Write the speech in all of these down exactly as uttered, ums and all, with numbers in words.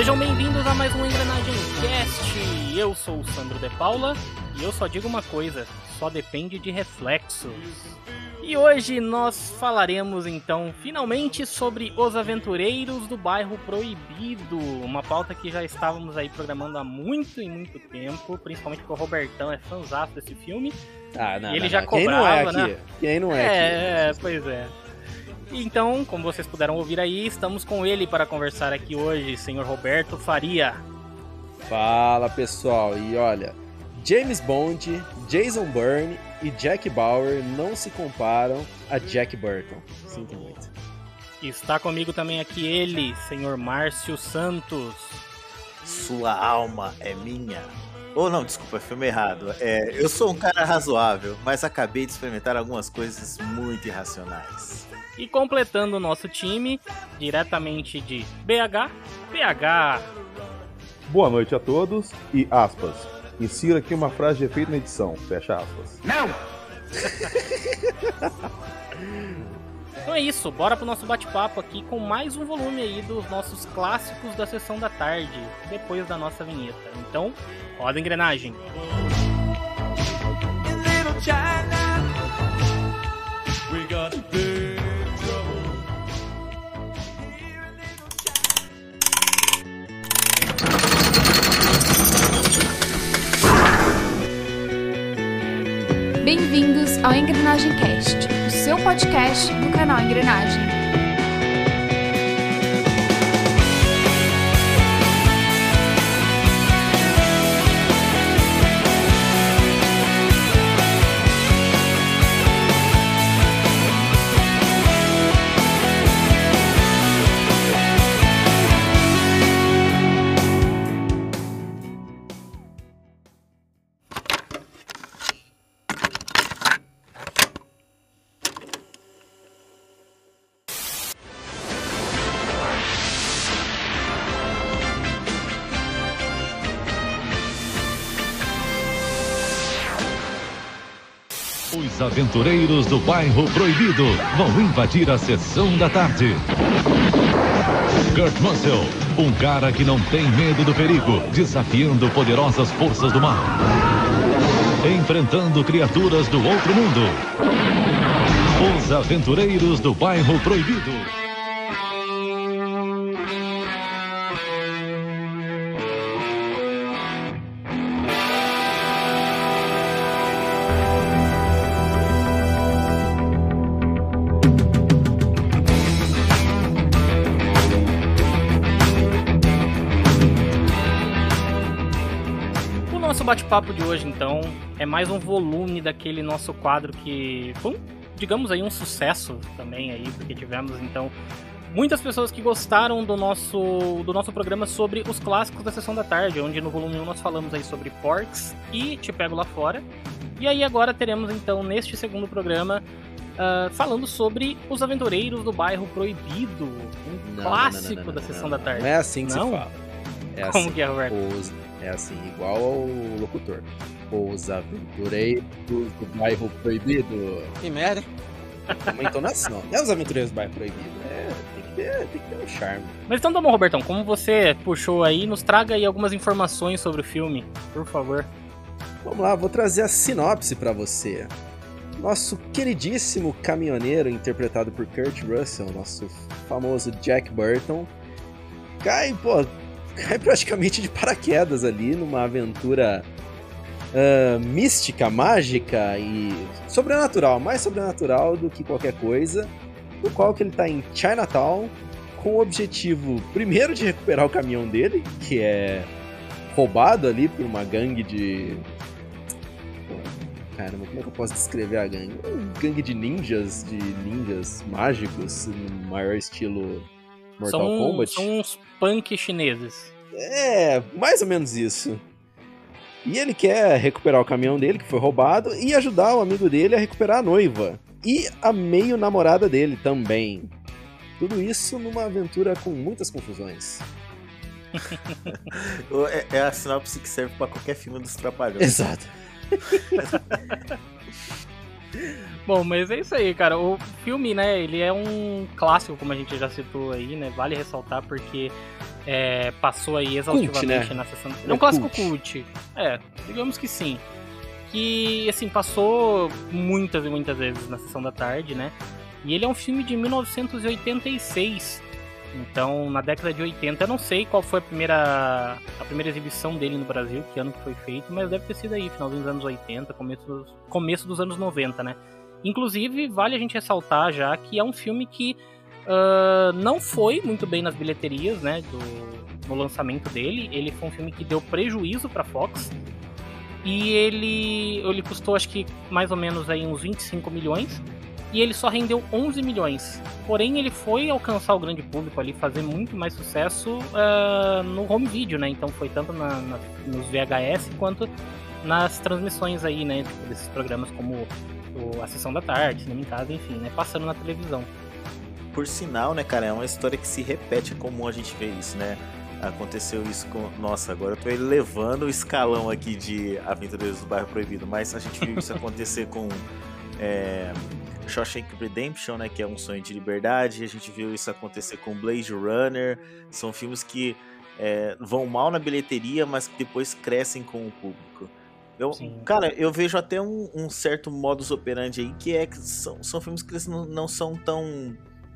Sejam bem-vindos a mais um Engrenagem Cast. Eu sou o Sandro de Paula e eu só digo uma coisa, só depende de reflexos. E hoje nós falaremos então finalmente sobre Os Aventureiros do Bairro Proibido, uma pauta que já estávamos aí programando há muito e muito tempo, principalmente porque o Robertão é fãzaço desse filme. Ah, não, e ele não, já não. cobrava, Quem não é aqui? né? Quem não é, é aqui? É, pois é. Então, como vocês puderam ouvir aí, estamos com ele para conversar aqui hoje, senhor Roberto Faria. Fala, pessoal. E olha, James Bond, Jason Bourne e Jack Bauer não se comparam a Jack Burton. Sinto muito. Está comigo também aqui ele, senhor Márcio Santos. Sua alma é minha. Ou oh, não, desculpa, filme errado. É, eu sou um cara razoável, mas acabei de experimentar algumas coisas muito irracionais. E completando o nosso time, diretamente de B H, P H. Boa noite a todos e aspas. Insira aqui uma frase de efeito na edição. Fecha aspas. Não! Então é isso, bora pro nosso bate-papo aqui com mais um volume aí dos nossos clássicos da Sessão da Tarde, depois da nossa vinheta. Então, roda a engrenagem. Bem-vindos ao Engrenagem Cast, o seu podcast do canal Engrenagem. Os aventureiros do Bairro Proibido vão invadir a Sessão da Tarde. Kurt Russell, um cara que não tem medo do perigo, desafiando poderosas forças do mal. Enfrentando criaturas do outro mundo. Os Aventureiros do Bairro Proibido. Bate-papo de hoje, então, é mais um volume daquele nosso quadro que foi, um, digamos aí, um sucesso também aí, porque tivemos, então, muitas pessoas que gostaram do nosso, do nosso programa sobre os clássicos da Sessão da Tarde, onde no volume um nós falamos aí sobre Porks e Te Pego Lá Fora. E aí agora teremos, então, neste segundo programa, uh, falando sobre Os Aventureiros do Bairro Proibido, um não, clássico não, não, não, da não, Sessão não, da Tarde. Não é assim que não? se fala. É Como assim, que é, Roberto? Os... É assim, igual ao locutor. Os Aventureiros do Bairro Proibido. Que merda. É uma entonação. É os Aventureiros do Bairro Proibido. É, tem que ter, tem que ter um charme. Mas então tá bom, Robertão. Como você puxou aí, nos traga aí algumas informações sobre o filme, por favor. Vamos lá, vou trazer a sinopse pra você. Nosso queridíssimo caminhoneiro, interpretado por Kurt Russell, nosso famoso Jack Burton, cai, pô... cai praticamente de paraquedas ali numa aventura uh, mística, mágica e sobrenatural, mais sobrenatural do que qualquer coisa, no qual que ele tá em Chinatown com o objetivo, primeiro, de recuperar o caminhão dele, que é roubado ali por uma gangue de... Caramba, como é que eu posso descrever a gangue? Uma gangue de ninjas, de ninjas mágicos, no maior estilo... Mortal são, Kombat. São uns punk chineses. É, mais ou menos isso. E ele quer recuperar o caminhão dele, que foi roubado, e ajudar o amigo dele a recuperar a noiva. E a meio namorada dele também. Tudo isso numa aventura com muitas confusões. é, é a sinopse que serve pra qualquer filme dos Trapalhões. Exato. Bom, mas é isso aí, cara. O filme, né, ele é um clássico, como a gente já citou aí, né? Vale ressaltar porque é, passou aí exaustivamente Cult, né? na sessão. Ele É um é clássico cult. cult. É, digamos que sim. Que, assim, passou muitas e muitas vezes na sessão da tarde, né? E ele é um filme de mil novecentos e oitenta e seis. Então, na década de oitenta, eu não sei qual foi a primeira, a primeira exibição dele no Brasil, que ano que foi feito, mas deve ter sido aí, finalzinho dos anos oitenta, começo dos, começo dos anos noventa, né? Inclusive, vale a gente ressaltar já que é um filme que uh, não foi muito bem nas bilheterias, né, do, no lançamento dele. Ele foi um filme que deu prejuízo pra Fox. E ele, ele custou, acho que, mais ou menos aí uns vinte e cinco milhões. E ele só rendeu onze milhões. Porém, ele foi alcançar o grande público ali, fazer muito mais sucesso uh, no home video, né? Então foi tanto na, na, nos V H S quanto nas transmissões aí, né? Desses programas como o, a Sessão da Tarde, Cinema em Casa, enfim, né? Passando na televisão. Por sinal, né, cara, é uma história que se repete, é comum a gente ver isso, né? Aconteceu isso com... Nossa, agora eu tô elevando o escalão aqui de Aventureiros do Bairro Proibido, mas a gente viu isso acontecer com é... Shawshank Redemption, né, que é Um Sonho de Liberdade. A gente viu isso acontecer com Blade Runner. São filmes que é, vão mal na bilheteria, mas que depois crescem com o público. Eu, cara, eu vejo até um, um certo modus operandi aí, que é que são, são filmes que eles não, não são tão...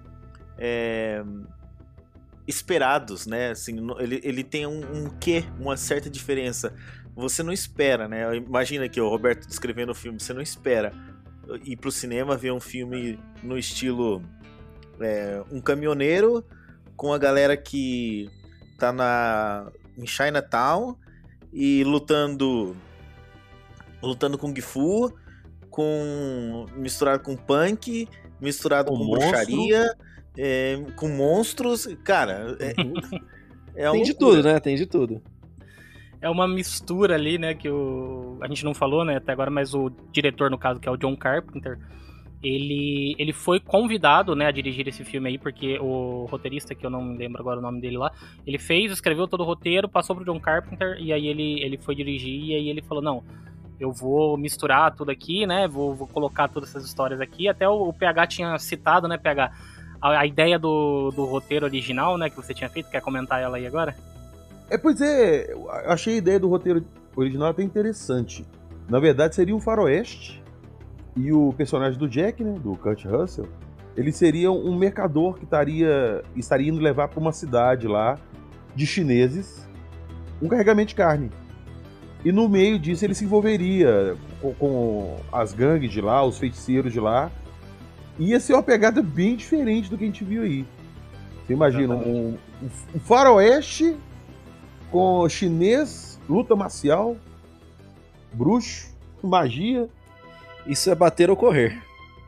É... esperados, né? Assim, ele, ele tem um, um quê, uma certa diferença. Você não espera, né? Imagina aqui o Roberto descrevendo o filme, você não espera ir pro cinema ver um filme no estilo é, um caminhoneiro com a galera que tá na, em Chinatown e lutando lutando com Kung Fu, com, misturado com punk, misturado com, com bruxaria, é, com monstros, cara, é, é tem de tudo, né? Tem de tudo. É uma mistura ali, né, que o... a gente não falou, né, até agora, mas o diretor, no caso, que é o John Carpenter, ele, ele foi convidado, né, a dirigir esse filme aí, porque o roteirista, que eu não me lembro agora o nome dele lá, ele fez, escreveu todo o roteiro, passou pro John Carpenter, e aí ele, ele foi dirigir, e aí ele falou, não, eu vou misturar tudo aqui, né, vou, vou colocar todas essas histórias aqui, até o, o P H tinha citado, né, P H, a, a ideia do, do roteiro original, né, que você tinha feito, quer comentar ela aí agora? É, pois é, eu achei a ideia do roteiro original até interessante. Na verdade, seria um faroeste, e o personagem do Jack, né, do Kurt Russell, ele seria um mercador que estaria, estaria indo levar para uma cidade lá de chineses um carregamento de carne. E no meio disso ele se envolveria com, com as gangues de lá, os feiticeiros de lá. Ia ser uma pegada bem diferente do que a gente viu aí. Você imagina, um, um faroeste com chinês, luta marcial, bruxo, magia. Isso é bater ou correr.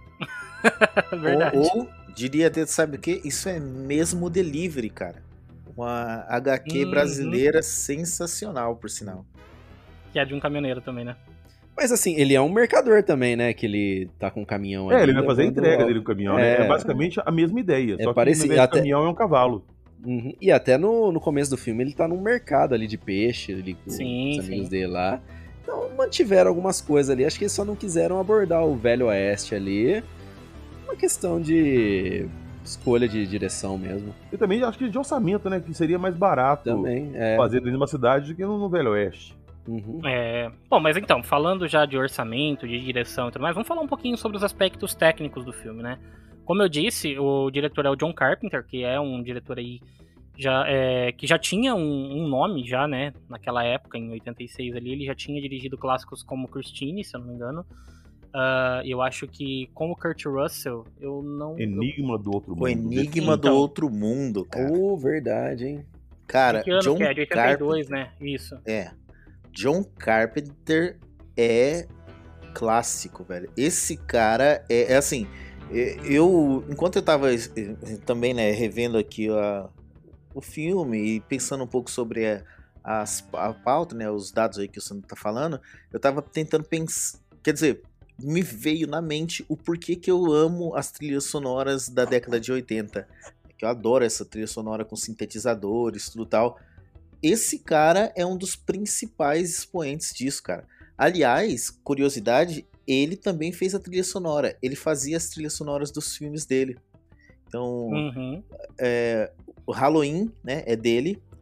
Verdade. Ou, ou, diria até, sabe o quê? Isso é mesmo delivery, cara. Uma H Q uhum. brasileira sensacional, por sinal. Que é de um caminhoneiro também, né? Mas assim, ele é um mercador também, né? Que ele tá com um caminhão ali. É, ele vai fazer a entrega dele no caminhão, é... né? É basicamente a mesma ideia. É só parecido, que no até... caminhão é um cavalo. Uhum. E até no, no começo do filme ele tá num mercado ali de peixe, ali com sim, os amigos sim. dele lá. Então mantiveram algumas coisas ali. Acho que eles só não quiseram abordar o Velho Oeste ali. Uma questão de escolha de direção mesmo. E também acho que de orçamento, né? Que seria mais barato também, é. fazer dentro de uma cidade do que no, no Velho Oeste. Uhum. É... Bom, mas então, falando já de orçamento, de direção e tudo mais, vamos falar um pouquinho sobre os aspectos técnicos do filme, né? Como eu disse, o diretor é o John Carpenter, que é um diretor aí já, é, que já tinha um, um nome já, né? Naquela época, em oitenta e seis ali, ele já tinha dirigido clássicos como Christine, se eu não me engano. Uh, eu acho que como Kurt Russell, eu não... Enigma do Outro Mundo. O Enigma então, do Outro Mundo, cara. Oh, verdade, hein? Cara, que ano John que é? De oitenta e dois, Carpenter, né? Isso. É. John Carpenter é clássico, velho. Esse cara é, é assim... Eu, enquanto eu tava também, né, revendo aqui a, o filme e pensando um pouco sobre a, as, a pauta, né, os dados aí que o Sandro tá falando, eu tava tentando pensar, quer dizer, me veio na mente o porquê que eu amo as trilhas sonoras da década de oitenta, que eu adoro essa trilha sonora com sintetizadores, tudo tal. Esse cara é um dos principais expoentes disso, cara. Aliás, curiosidade, ele também fez a trilha sonora. Ele fazia as trilhas sonoras dos filmes dele. Então, uhum. é, o Halloween, né, é dele.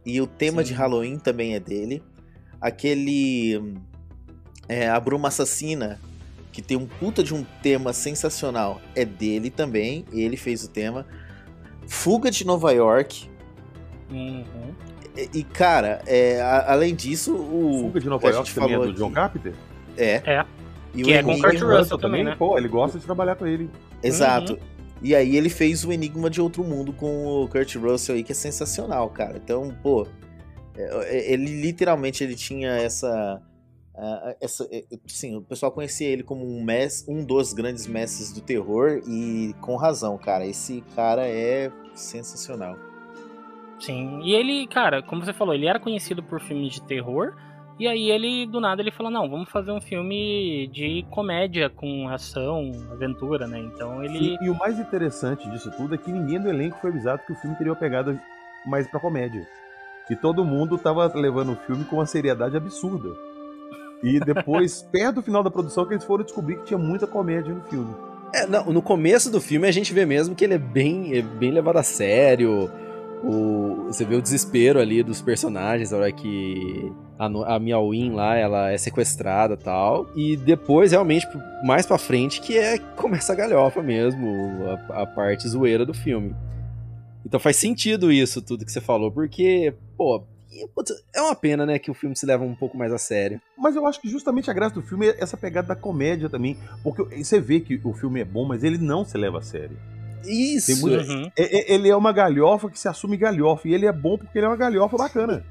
E o tema Sim. de Halloween também é dele. Aquele... É, A Bruma Assassina, que tem um puta de um tema sensacional, é dele também. Ele fez o tema. Fuga de Nova York. Uhum. E, e, cara, é, a- além disso, o... Fuga de que Nova a York gente também é falou do John aqui- Carpenter? É. É. E Que o é com Enigma- Kurt Russell também, né? Pô, ele gosta de trabalhar com ele. Exato. E aí ele fez o Enigma de Outro Mundo com o Kurt Russell aí, que é sensacional, cara. Então, pô, é- ele literalmente ele tinha essa... ah, essa é, sim, o pessoal conhecia ele como um, mes- um dos grandes mestres do terror e com razão, cara. Esse cara é sensacional. Sim, e ele, cara, como você falou, ele era conhecido por filmes de terror, e aí ele, do nada, ele falou, não, vamos fazer um filme de comédia com ação, aventura, né? Então ele... E, e o mais interessante disso tudo é que ninguém do elenco foi avisado que o filme teria uma pegada mais pra comédia. E todo mundo tava levando o filme com uma seriedade absurda. E depois, perto do final da produção, que eles foram descobrir que tinha muita comédia no filme. É, não, no começo do filme a gente vê mesmo que ele é bem, é bem levado a sério. O, você vê o desespero ali dos personagens, a hora que a, no- a Miauin lá, ela é sequestrada e tal. E depois, realmente, mais pra frente, que é começa a galhofa mesmo, a, a parte zoeira do filme. Então faz sentido isso, tudo que você falou, porque, pô, e, putz, é uma pena, né, que o filme se leva um pouco mais a sério. Mas eu acho que justamente a graça do filme é essa pegada da comédia também. Porque você vê que o filme é bom, mas ele não se leva a sério. Isso! Tem muito- Uhum. É- é- Ele é uma galhofa que se assume galhofa. E ele é bom porque ele é uma galhofa bacana.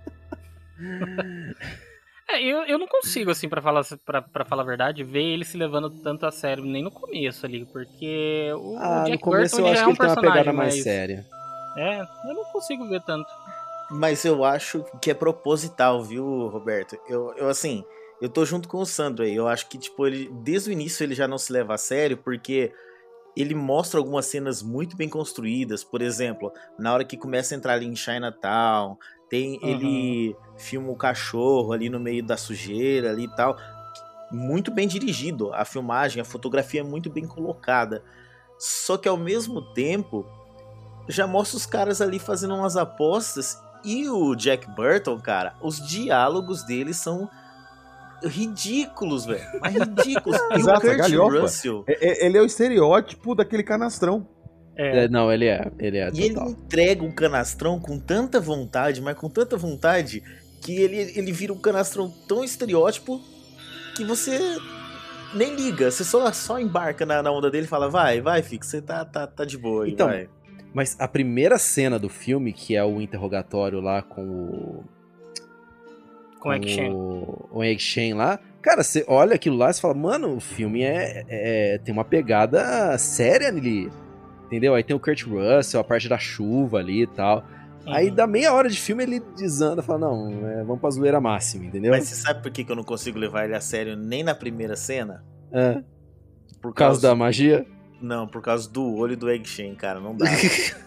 É, eu, eu não consigo, assim, pra falar, pra, pra falar a verdade, ver ele se levando tanto a sério, nem no começo ali, porque o Ah, Jack no começo Burton eu ele acho já que é um ele tem uma personagem pegada mais mais... séria. É, eu não consigo ver tanto. Mas eu acho que é proposital, viu, Roberto? Eu, eu assim, eu tô junto com o Sandro aí. Eu acho que, tipo, ele, desde o início ele já não se leva a sério, porque ele mostra algumas cenas muito bem construídas. Por exemplo, na hora que começa a entrar ali em Chinatown, tem Uhum. ele filma o cachorro ali no meio da sujeira ali e tal. Muito bem dirigido. A filmagem, a fotografia é muito bem colocada. Só que ao mesmo tempo, já mostra os caras ali fazendo umas apostas. E o Jack Burton, cara, os diálogos dele são ridículos, velho. Mas ridículos. E Exato, o Kurt galhofa. Russell, É- é- ele é o estereótipo daquele canastrão. É, É, não, ele é, ele é e ele total. entrega um canastrão com tanta vontade, mas com tanta vontade, que ele, ele vira um canastrão tão estereótipo que você nem liga. Você só, só embarca na, na onda dele e fala, vai, vai, Fix, você tá, tá, tá de boa aí, Então, vai. Mas a primeira cena do filme, que é o interrogatório lá com o... com Egg Shen. o, o Egg Shen lá, cara, você olha aquilo lá e você fala, mano, o filme é, é- tem uma pegada séria ali, entendeu? Aí tem o Kurt Russell, a parte da chuva ali e tal. Aí Uhum. dá meia hora de filme ele desanda, fala, não, é, vamos pra zoeira máxima, entendeu? Mas você sabe por que que eu não consigo levar ele a sério nem na primeira cena? É, Por por causa da magia. Não, por causa do olho do Egg Shen, cara, não dá.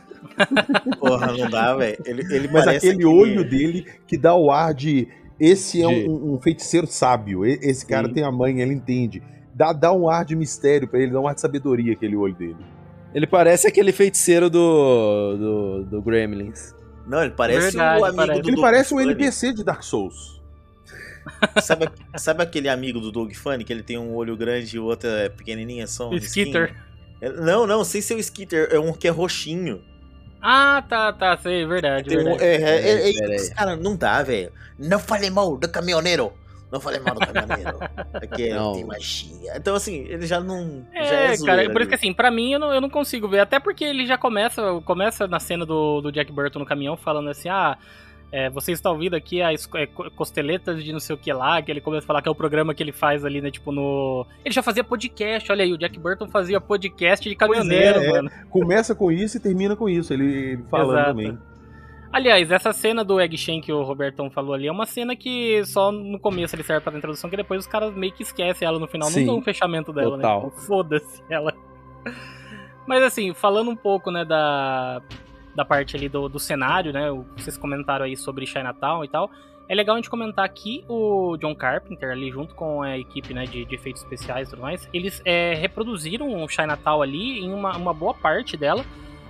Porra, não dá, velho. Ele, ele Mas parece aquele olho dele que dá o ar de. Esse é De- um, um feiticeiro sábio. e- Esse cara Sim. tem a mãe, ele entende. Dá, dá um ar de mistério pra ele, dá um ar de sabedoria aquele olho dele. Ele parece aquele feiticeiro do, do, do Gremlins. Não, ele parece Verdade, o amigo parece. do Ele Doug parece um Funny. N P C de Dark Souls. Sabe, sabe aquele amigo do Doug Funny, que ele tem um olho grande e o outro é pequenininho, é só um O Skitter. risquinho? É, Não, não, sem ser o Skitter, é um que é roxinho. Ah, tá, tá, sei, verdade, Tem um- verdade. é, é, é, é, Pera aí. cara, não dá, velho. Não falei mal do caminhoneiro. Não falei mal do caminhoneiro. Aqui é, Não. tem magia. Então, assim, ele já não. já É, é cara, zoeira por isso que ali. assim, pra mim eu não, eu não consigo ver. Até porque ele já começa, começa na cena do, do Jack Burton no caminhão falando assim, ah, é, você está ouvindo aqui as é, co- costeletas de não sei o que lá, que ele começa a falar que é o programa que ele faz ali, né, tipo no... Ele já fazia podcast, olha aí, o Jack Burton fazia podcast de caminhoneiro, Pois é, é. mano. Começa com isso e termina com isso. Ele, ele falando Exato. também. Aliás, essa cena do Egg Shen que o Robertão falou ali é uma cena que só no começo ele serve pra introdução, que depois os caras meio que esquecem ela no final, Sim, não dão um fechamento dela, total. né? Tipo, foda-se ela. Mas assim, falando um pouco, né, da, da parte ali do, do cenário, né, o que vocês comentaram aí sobre Chinatown e tal, é legal a gente comentar que o John Carpenter ali, junto com a equipe, né, de, de efeitos especiais e tudo mais, eles é, reproduziram o Chinatown ali em uma, uma boa parte dela,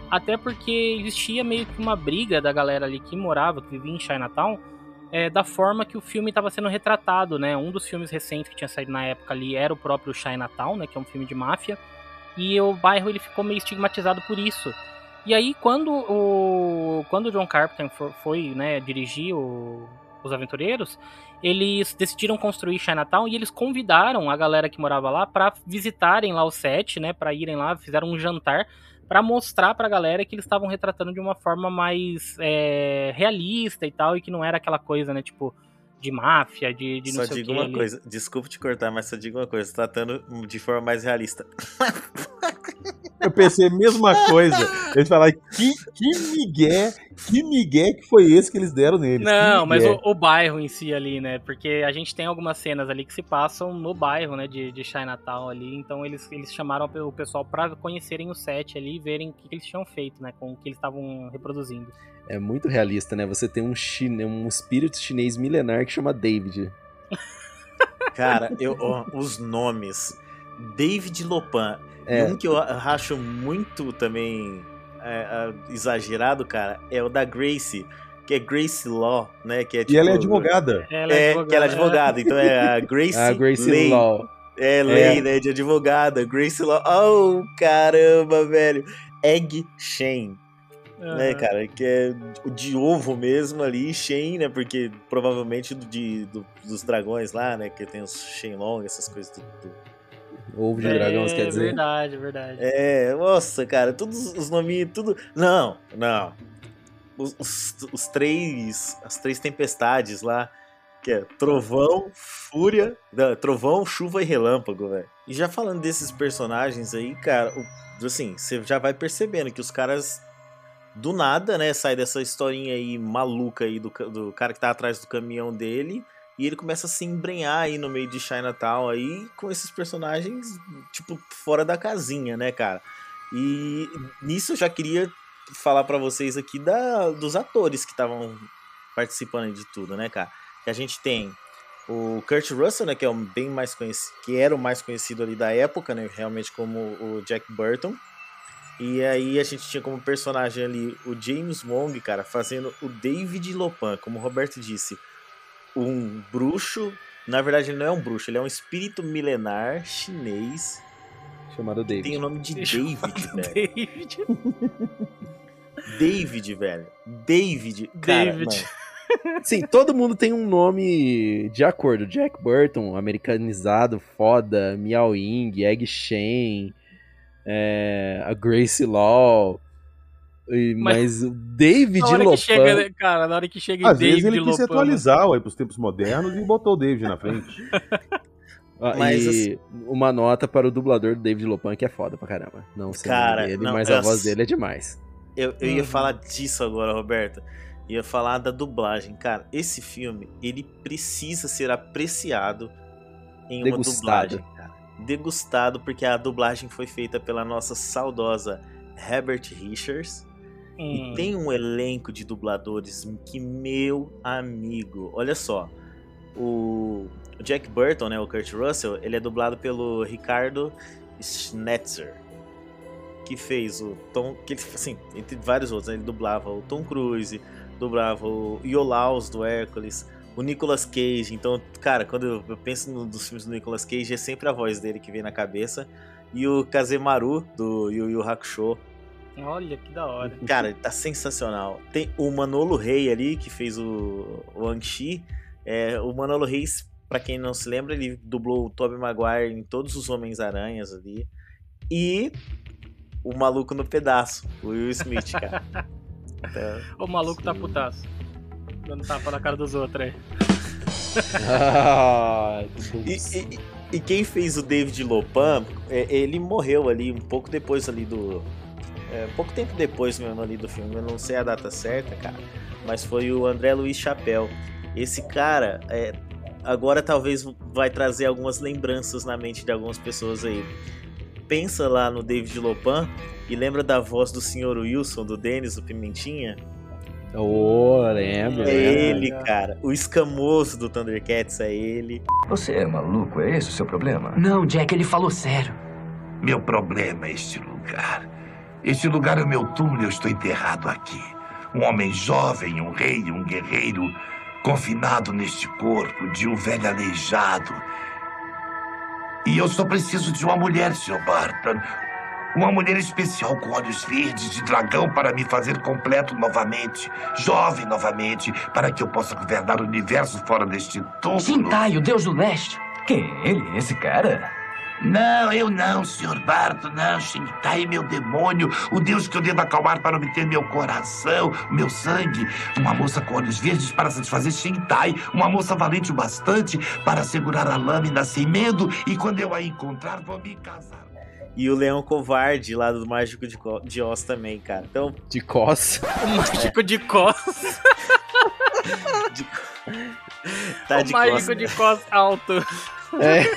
até porque existia meio que uma briga da galera ali que morava, que vivia em Chinatown, é, da forma que o filme estava sendo retratado, né? Um dos filmes recentes que tinha saído na época ali era o próprio Chinatown, né? Que é um filme de máfia, e o bairro ele ficou meio estigmatizado por isso. E aí, quando o, quando o John Carpenter foi, né, dirigir o, Os Aventureiros, eles decidiram construir Chinatown e eles convidaram a galera que morava lá para visitarem lá o set, né, para irem lá, fizeram um jantar para mostrar pra galera que eles estavam retratando de uma forma mais é, realista e tal, e que não era aquela coisa, né, tipo, de máfia, de, de não só sei o que. Só digo uma ali. coisa, desculpa te cortar, mas só digo uma coisa, tratando de forma mais realista. Eu pensei a mesma coisa. Eles falaram, que, que migué, que migué que foi esse que eles deram neles? Não, mas o, o bairro em si ali, né? Porque a gente tem algumas cenas ali que se passam no bairro, né? De, de Chinatown ali. Então eles, eles chamaram o pessoal pra conhecerem o set ali e verem o que, que eles tinham feito, né? Com o que eles estavam reproduzindo. É muito realista, né? Você tem um, chine... um espírito chinês milenar que chama David. Cara, eu, ó, os nomes. David Lopan. É. E um que eu acho muito também é, é, exagerado, cara, é o da Gracie, que é Gracie Law, né? Que é, tipo, e ela é advogada. Ela é, é, advogada. Que ela é advogada, então é a Gracie, A Gracie Lay. Law. É, lei, É. né? De advogada. Gracie Law. Oh, caramba, velho. Egg Shen. Uhum. Né, cara? Que é o de ovo mesmo ali, Shen, né? Porque provavelmente do, de, do, dos dragões lá, né? Que tem os Shenlong, essas coisas do... do... Ovo de É, dragão, você quer dizer? verdade, verdade. É, nossa, cara, todos os nominhos, tudo... Não, não. Os, os, os três... As três tempestades lá, que é Trovão, Fúria... Não, Trovão, Chuva e Relâmpago, velho. E já falando desses personagens aí, cara, o, assim, você já vai percebendo que os caras... Do nada, né, sai dessa historinha aí maluca aí do, do cara que tá atrás do caminhão dele... E ele começa a se embrenhar aí no meio de Chinatown aí com esses personagens, tipo, fora da casinha, né, cara? E nisso eu já queria falar pra vocês aqui da, dos atores que estavam participando de tudo, né, cara? Que a gente tem o Kurt Russell, né, que é o bem mais conhecido, que era o mais conhecido ali da época, né, realmente como o Jack Burton. E aí a gente tinha como personagem ali o James Wong, cara, fazendo o David Lopan, como o Roberto disse, um bruxo, na verdade ele não é um bruxo, ele é um espírito milenar chinês Chamado David. Tem o nome de David, velho. David. David, velho. David. Cara, David. não. Sim, todo mundo tem um nome de acordo. Jack Burton, americanizado, foda, Miao Ying, Egg Shen, é, a Gracie Law. E, mas o David Na hora Lopan... que chega, né, cara, na hora que chega em Às David vezes ele quis se Lopan, atualizar ué, pros tempos modernos e botou o David na frente. Ah, Mas, e assim- uma nota para o dublador do David Lopan, que é foda pra caramba. Não sei Cara, dele, não, mas a eu- voz dele é demais. Eu, eu ia Uhum. falar disso agora, Roberto. Ia falar da dublagem. Cara, esse filme, ele precisa ser apreciado em uma Degustado. dublagem, cara. Degustado, porque a dublagem foi feita pela nossa saudosa Herbert Richards. Hum. E tem um elenco de dubladores que, meu amigo, olha só. O o Jack Burton, né, o Kurt Russell, ele é dublado pelo Ricardo Schnetzer, que fez o Tom, que ele, assim, entre vários outros, né, ele dublava o Tom Cruise, dublava o Iolaus do Hércules, o Nicolas Cage. Então, cara, quando eu, eu penso no, dos filmes do Nicolas Cage, é sempre a voz dele que vem na cabeça. E o Kazemaru do Yu Yu Hakusho. Olha que da hora. Cara, tá sensacional. Tem o Manolo Rey ali, que fez o, o Ang-Chi. É, o Manolo Reis, pra quem não se lembra, ele dublou o Tobey Maguire em todos os Homens-Aranhas ali. E o Maluco no Pedaço, o Will Smith, cara. Então, O maluco tá putaço. Dando tapa na cara dos outros aí. Ah, e, e- e quem fez o David Lopan, é, ele morreu ali um pouco depois ali do... É, pouco tempo depois mesmo ali do filme, eu não sei a data certa, cara. Mas foi o André Luiz Chapéu. Esse cara, é, agora talvez vai trazer algumas lembranças na mente de algumas pessoas aí. Pensa lá no David Lopan e lembra da voz do senhor Wilson, do Denis, o Pimentinha? oh, lembro, É lembro. ele, cara. O escamoso do Thundercats é ele. Você é maluco? É esse o seu problema? Não, Jack, ele falou sério. Meu problema é este lugar. Este lugar é o meu túmulo e eu estou enterrado aqui. Um homem jovem, um rei, um guerreiro, confinado neste corpo de um velho aleijado. E eu só preciso de uma mulher, senhor Barton. Uma mulher especial com olhos verdes de dragão para me fazer completo novamente, jovem novamente, para que eu possa governar o universo fora deste túmulo. Shintai, o deus do leste. Quem é ele? Esse cara? Não, eu não, senhor Barton, não. Shintai é meu demônio, o deus que eu devo acalmar para obter meu coração, meu sangue. Uma moça com olhos verdes para satisfazer Shintai. Uma moça valente o bastante para segurar a lâmina sem medo. E quando eu a encontrar, vou me casar. E o Leão Covarde lá do Mágico de, Co de Oz também, cara. Então... De Cos. O Mágico é. de Cos. de... Tá o de Mágico Cos, de né? Cos alto. É.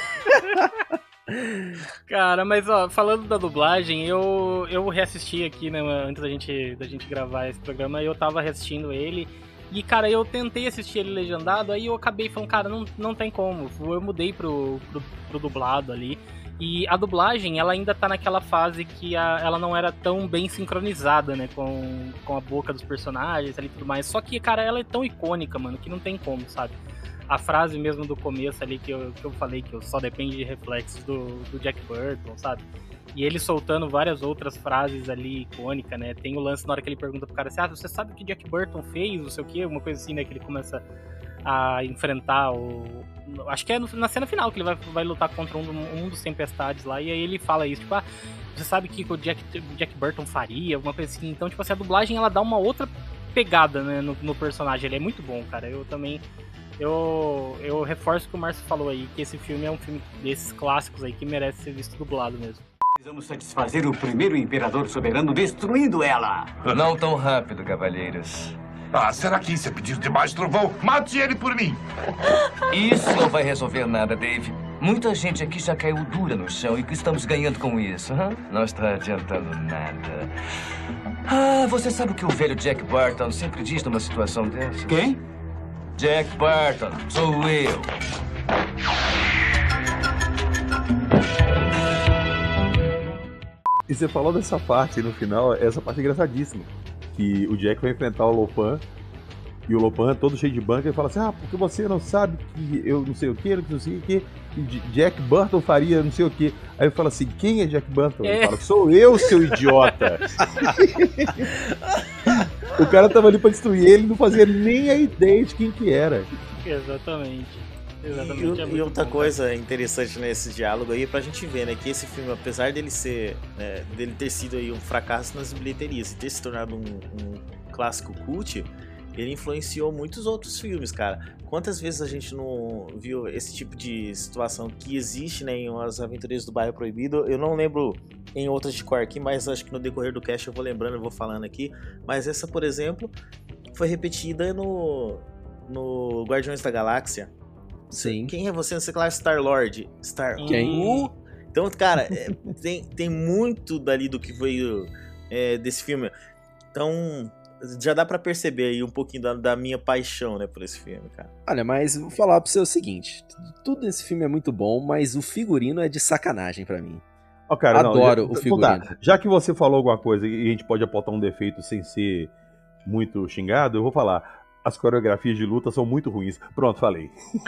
Cara, mas ó, falando da dublagem, eu, eu reassisti aqui, né, antes da gente, da gente gravar esse programa, eu tava reassistindo ele. E, cara, eu tentei assistir ele legendado, aí eu acabei falando, cara, não, não tem como. Eu mudei pro, pro, pro dublado ali. E a dublagem, ela ainda tá naquela fase que a, ela não era tão bem sincronizada, né, com, com a boca dos personagens ali e tudo mais. Só que, cara, ela é tão icônica, mano, que não tem como, sabe? A frase mesmo do começo ali que eu, que eu falei, que eu só depende de reflexos do, do Jack Burton, sabe? E ele soltando várias outras frases ali icônicas, né? Tem o lance na hora que ele pergunta pro cara assim, ah, você sabe o que Jack Burton fez, não sei o quê? Uma coisa assim, né, que ele começa a enfrentar o... Acho que é na cena final que ele vai, vai lutar contra um, um dos Tempestades lá, e aí ele fala isso, tipo, ah, você sabe o que o Jack, Jack Burton faria, alguma coisa assim. Então, tipo assim, a dublagem, ela dá uma outra pegada, né, no, no personagem. Ele é muito bom, cara. Eu também... Eu, eu reforço o que o Márcio falou aí, que esse filme é um filme desses clássicos aí que merece ser visto dublado mesmo. Precisamos satisfazer o primeiro imperador soberano destruindo ela. Não tão rápido, cavalheiros. Ah, será que isso é pedir demais, Trovão? Mate ele por mim! Isso não vai resolver nada, Dave. Muita gente aqui já caiu dura no chão e o que estamos ganhando com isso? Huh? Não está adiantando nada. Ah, você sabe o que o velho Jack Burton sempre diz numa situação dessa? Quem? Jack Burton, sou eu. E você falou dessa parte no final, essa parte é engraçadíssima. Que o Jack vai enfrentar o Lopan, e o Lopan, todo cheio de banca, ele fala assim, ah, porque você não sabe que eu não sei o que, não sei o que, Jack Burton faria não sei o que. Aí ele fala assim, quem é Jack Burton? Ele é. fala, sou eu, seu idiota. O cara tava ali pra destruir ele, não fazia nem a ideia de quem que era. Exatamente. Exatamente. E, é e outra bom, coisa cara. interessante nesse diálogo aí, pra gente ver, né, que esse filme, apesar dele ser, né, dele ter sido aí um fracasso nas bilheterias e ter se tornado um, um clássico cult, ele influenciou muitos outros filmes, cara. Quantas vezes a gente não viu esse tipo de situação que existe, né, em As Aventureiras do Bairro Proibido? Eu não lembro em outras de cor aqui, mas acho que no decorrer do cast eu vou lembrando, eu vou falando aqui. Mas essa, por exemplo, foi repetida no, no Guardiões da Galáxia. Sim. Quem é você? Você, claro, Star-Lord. Star Quem? Uh! Então, cara, é, tem, tem muito dali do que veio é, desse filme. Então, já dá pra perceber aí um pouquinho da, da minha paixão, né, por esse filme, cara. Olha, mas vou falar pra você o seguinte. Tudo nesse filme é muito bom, mas o figurino é de sacanagem pra mim. Oh, cara, Adoro não, o já, figurino. Tá, já que você falou alguma coisa e a gente pode apontar um defeito sem ser muito xingado, eu vou falar. As coreografias de luta são muito ruins. Pronto, falei.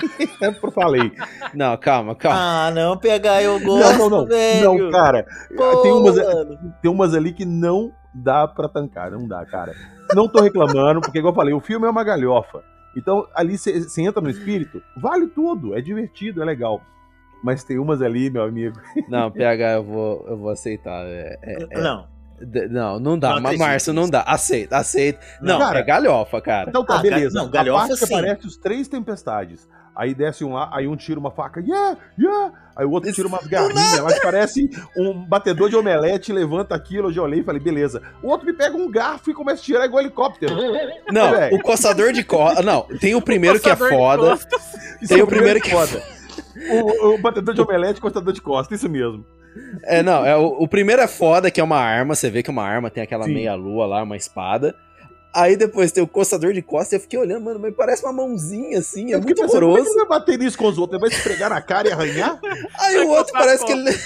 falei. Não, calma, calma. Ah, não, pegar eu gosto, Não, não, não. velho. Não, cara. Pô, tem, umas, mano. tem umas ali que não dá pra tancar. Não dá, cara. Não tô reclamando, porque, igual eu falei, o filme é uma galhofa. Então, ali você entra no espírito, vale tudo. É divertido, é legal. Mas tem umas ali, meu amigo. Não, P H, eu vou, eu vou aceitar. É, é, é... Não. Não, não dá, não mas Márcio, não dá. Aceita, aceita. Não, cara, é galhofa, cara. Então tá, ah, beleza. Não, galhofa, a parte sim. que aparece os três tempestades. Aí desce um lá, aí um tira uma faca, yeah, yeah. Aí o outro tira umas garrinhas, mas parece um batedor de omelete, levanta aquilo, eu já olhei e falei, beleza. O outro me pega um garfo e começa a tirar igual helicóptero. Não, é, o coçador de costas. Não, tem o primeiro o que é foda. Tem o primeiro que é foda. O, o batedor de omelete e coçador de costas, isso mesmo. É, não, é, o, o primeiro é foda, que é uma arma, você vê que é uma arma, tem aquela Sim. meia-lua lá, uma espada. Aí depois tem o coçador de costas, eu fiquei olhando, mano, mas parece uma mãozinha assim, é muito pensando, horroroso. como é que ele vai bater nisso com os outros? Ele vai esfregar na cara e arranhar? Aí o outro parece que ele...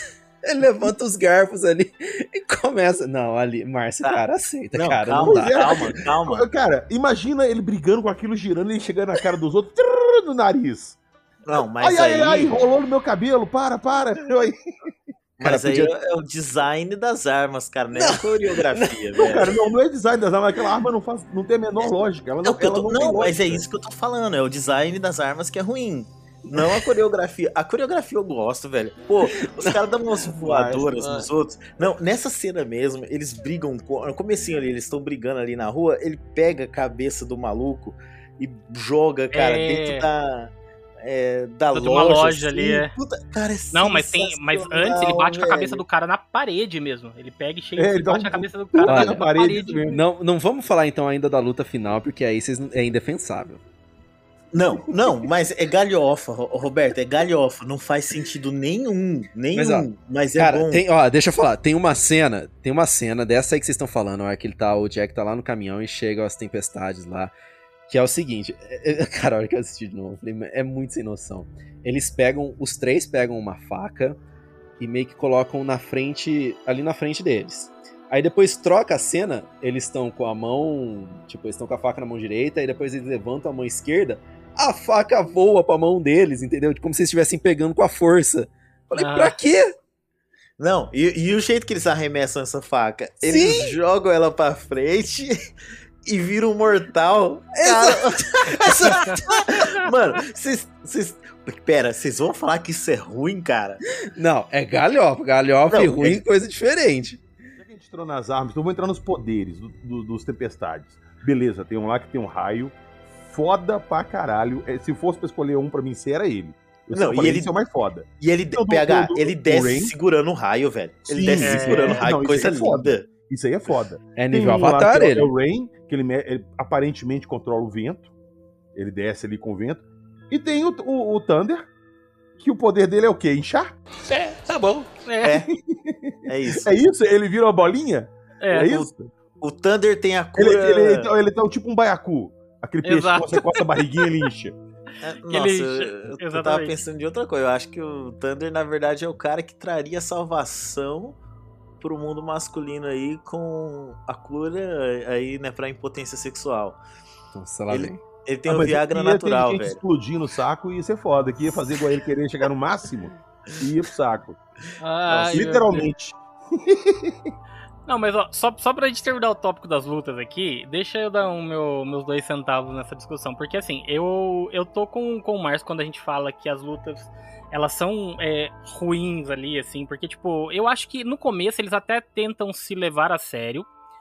Ele levanta os garfos ali e começa. Não, ali, Márcio, Tá. cara, aceita, Não, cara. calma, não dá. calma, calma. Cara, imagina ele brigando com aquilo girando e chegando na cara dos outros, trrr, no nariz. Não, mas ai, aí... ai, ai, rolou no meu cabelo, para, para. Eu aí... Mas Cara, aí podia- é o design das armas, cara, não é a coreografia, Não, velho. cara, não, não é design das armas, aquela arma não, faz, não tem a menor lógica. Ela É não, o que eu ela tô- não, não, tem mas é lógica. isso que eu tô falando, é o design das armas que é ruim. Não a coreografia. A coreografia eu gosto, velho. Pô, os caras dão umas voadoras Mas, nos outros. Não, nessa cena mesmo, eles brigam. com- No comecinho ali, eles estão brigando ali na rua. Ele pega a cabeça do maluco e joga, cara, É. dentro da. É, da De loja. uma loja ali, assim. é. Puta, cara, é Não, mas tem. Mas antes ele bate com a cabeça velho. do cara na parede mesmo. Ele pega e chega É, e ele dá bate um- a cabeça do Puta cara na na parede, parede. isso mesmo. Não, não vamos falar então ainda da luta final, porque aí vocês não- é indefensável. Não, não, mas é galhofa, Ro- Roberto, é galhofa. Não faz sentido nenhum. Nenhum. Mas, ó, Mas, é Cara, bom. tem, ó, deixa eu falar, tem uma cena, tem uma cena dessa aí que vocês estão falando, ó, que ele tá, o Jack tá lá no caminhão e chega as tempestades lá, que é o seguinte, é- é- cara, a hora que eu assisti de novo, eu falei, é muito sem noção. Eles pegam, os três pegam uma faca e meio que colocam na frente, ali na frente deles. Aí depois troca a cena, eles estão com a mão, tipo, eles estão com a faca na mão direita, e depois eles levantam a mão esquerda, a faca voa pra mão deles, entendeu? Como se eles estivessem pegando com a força. Falei, Ah. pra quê? Não, e, e o jeito que eles arremessam essa faca? Eles Sim. jogam ela pra frente e viram um mortal. Cara, essa- Mano, vocês. vocês- Pera, vocês vão falar que isso é ruim, cara? Não, é galhofa. Galhofa Não, e ruim, é- coisa diferente. Já que a gente entrou nas armas, então vou entrar nos poderes do- do- dos tempestades. Beleza, tem um lá que tem um raio. Foda pra caralho. É, se fosse pra escolher um pra mim, se era ele. Eu Não, só e falei, ele- esse é o mais foda. E ele, Então, do- P H, do- do- ele do desce Rain. segurando o raio, velho. Ele Sim, desce é. segurando o raio, Não, isso coisa aí é foda. linda. Isso aí é foda. É Tem nível um lá Avatar que é, ele. é o Rain, que ele, me- ele aparentemente controla o vento. Ele desce ali com o vento. E tem o, o, o Thunder, que o poder dele é o quê? Inchar? É, tá bom. É, É isso. É isso? Ele vira uma bolinha? é. É, isso? O Thunder tem a Ele, cura. ele, ele, ele tá tipo um baiacu. Aquele peixe Exato. que você coça a barriguinha e ele incha. É, Que Nossa, ele- eu, eu tava Exatamente. pensando de outra coisa. Eu acho que o Thunder, na verdade, é o cara que traria salvação pro mundo masculino aí com a cura aí, né, pra impotência sexual. Então, sei lá, Ele- vem. Ele tem Ah, o mas Viagra ia natural, ter gente velho. explodir no saco e ia ser foda. Que ia fazer igual ele querer chegar no máximo e ia pro saco. Ai, meu Literalmente. Não, mas ó, só, só pra gente terminar o tópico das lutas aqui, deixa eu dar um meu, meus dois centavos nessa discussão. Porque assim, eu, eu tô com, com o Márcio quando a gente fala que as lutas, elas são é, ruins ali, assim. Porque, tipo, eu acho que no começo eles até tentam se levar a sério.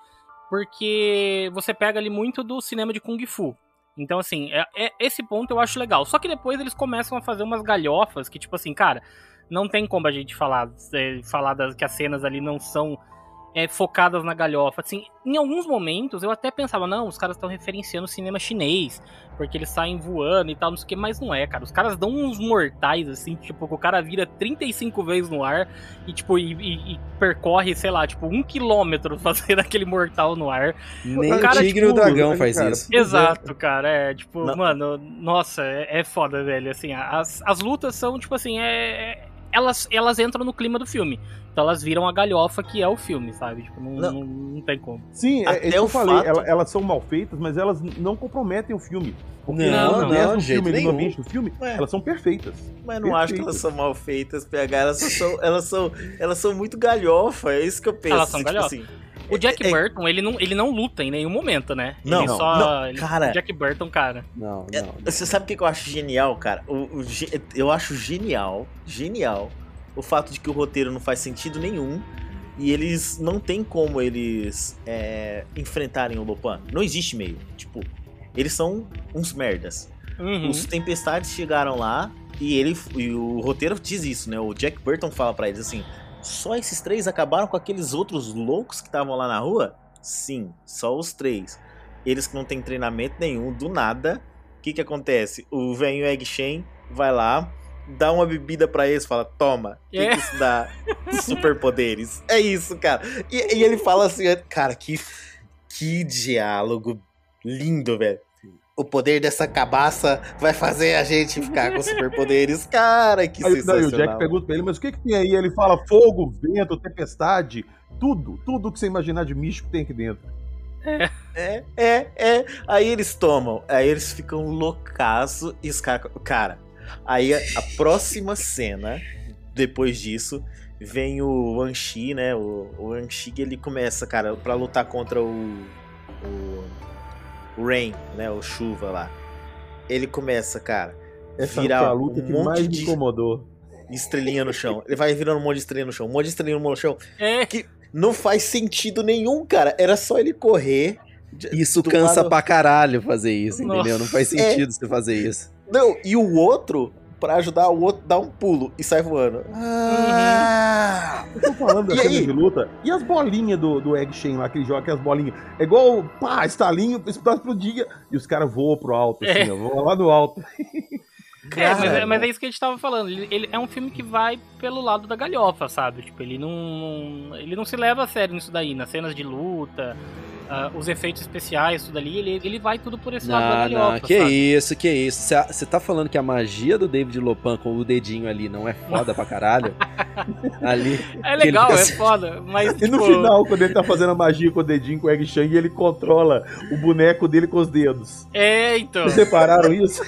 Porque você pega ali muito do cinema de Kung Fu. Então, assim, é, é- esse ponto eu acho legal. Só que depois eles começam a fazer umas galhofas que, tipo assim, cara, não tem como a gente falar, é, falar das, que as cenas ali não são é, focadas na galhofa. Assim, em alguns momentos eu até pensava, não, os caras estão referenciando o cinema chinês, porque eles saem voando e tal, não sei o que, mas não é, cara. Os caras dão uns mortais, assim, tipo, que o cara vira trinta e cinco vezes no ar e, tipo, e, e- e percorre, sei lá, tipo, um quilômetro fazendo aquele mortal no ar. Nem o o cara, Tigre e o tipo, Dragão faz cara, isso. Pois é. Exato, cara, é, tipo, Não. mano, nossa, é, é foda, velho, assim, as, as lutas são, tipo assim, é... Elas, elas entram no clima do filme. Então elas viram a galhofa que é o filme, sabe? Tipo, não, Não. não, não tem como. Sim, é, Até é isso que eu o falei. fato- ela- elas são mal feitas, mas elas não comprometem o filme. Porque Não, no não, resto de do jeito filme, ali no nenhum. ambiente do filme, Ué. elas são perfeitas. Mas não acho que elas Perfeitas. são mal feitas, P H. Elas são, elas são, elas são muito galhofa, é isso que eu penso. Elas são tipo galhofa. assim. O Jack É- é- Burton, ele não, ele não luta em nenhum momento, né? Não, ele não, só. não, ele- cara. o Jack Burton, cara. Não, É, não. Você sabe o que que eu acho genial, cara? O, o ge- eu acho genial, genial, o fato de que o roteiro não faz sentido nenhum e eles não tem como eles é, enfrentarem o Lopan. Não existe meio. Tipo, eles são uns merdas. Uhum. Os Tempestades chegaram lá e ele e o roteiro diz isso, né? O Jack Burton fala pra eles assim: só esses três acabaram com aqueles outros loucos que estavam lá na rua? Sim, só os três. Eles que não têm treinamento nenhum, do nada. O que que acontece? O velho Egg Shen vai lá, dá uma bebida pra eles, fala: toma, o que, É. que isso dá? Superpoderes. É isso, cara. E, e ele fala assim, cara, que, que diálogo lindo, velho. o poder dessa cabaça vai fazer a gente ficar com superpoderes. Cara, que aí, sensacional. Daí o Jack pergunta pra ele, mas o que que tem aí? Ele fala fogo, vento, tempestade, tudo, tudo que você imaginar de místico tem aqui dentro. É, é, é, é. Aí eles tomam, aí eles ficam loucaço e os caras... Cara, aí a, a próxima cena, depois disso, vem o Wan-Chi, né? O, o Wan-Chi, ele começa, cara, pra lutar contra o... o o Rain, né, o Chuva lá. Ele começa, cara, Essa virar foi a luta um que monte mais de me incomodou. estrelinha no chão. Ele vai virando um monte de estrelinha no chão, um monte de estrelinha no chão. É. Que não faz sentido nenhum, cara. Era só ele correr. Isso cansa lado... pra caralho fazer isso, entendeu? Nossa. Não faz sentido é... você fazer isso. Não, e o outro, pra ajudar o outro, dá um pulo e sai voando. Ah! Eu tô falando da cena de luta. E as bolinhas do, do Egg Shen lá, que ele joga aquelas bolinhas. É igual, pá, estalinho, explodia. E os caras voam pro alto, assim, É. ó. Voam lá no alto. É, mas, é, mas é isso que a gente tava falando. Ele, ele é um filme que vai pelo lado da galhofa, sabe? Tipo, ele não, ele não se leva a sério nisso daí. Nas cenas de luta, uh, os efeitos especiais, tudo ali, ele, ele vai tudo por esse não, lado da galhofa, não, que sabe? isso, que isso. Você tá falando que a magia do David Lopan com o dedinho ali não é foda pra caralho? Ali, é legal, é assim... foda, mas E no tipo... final, quando ele tá fazendo a magia com o dedinho, com o Egg Shen, ele controla o boneco dele com os dedos. É, então. Vocês separaram isso?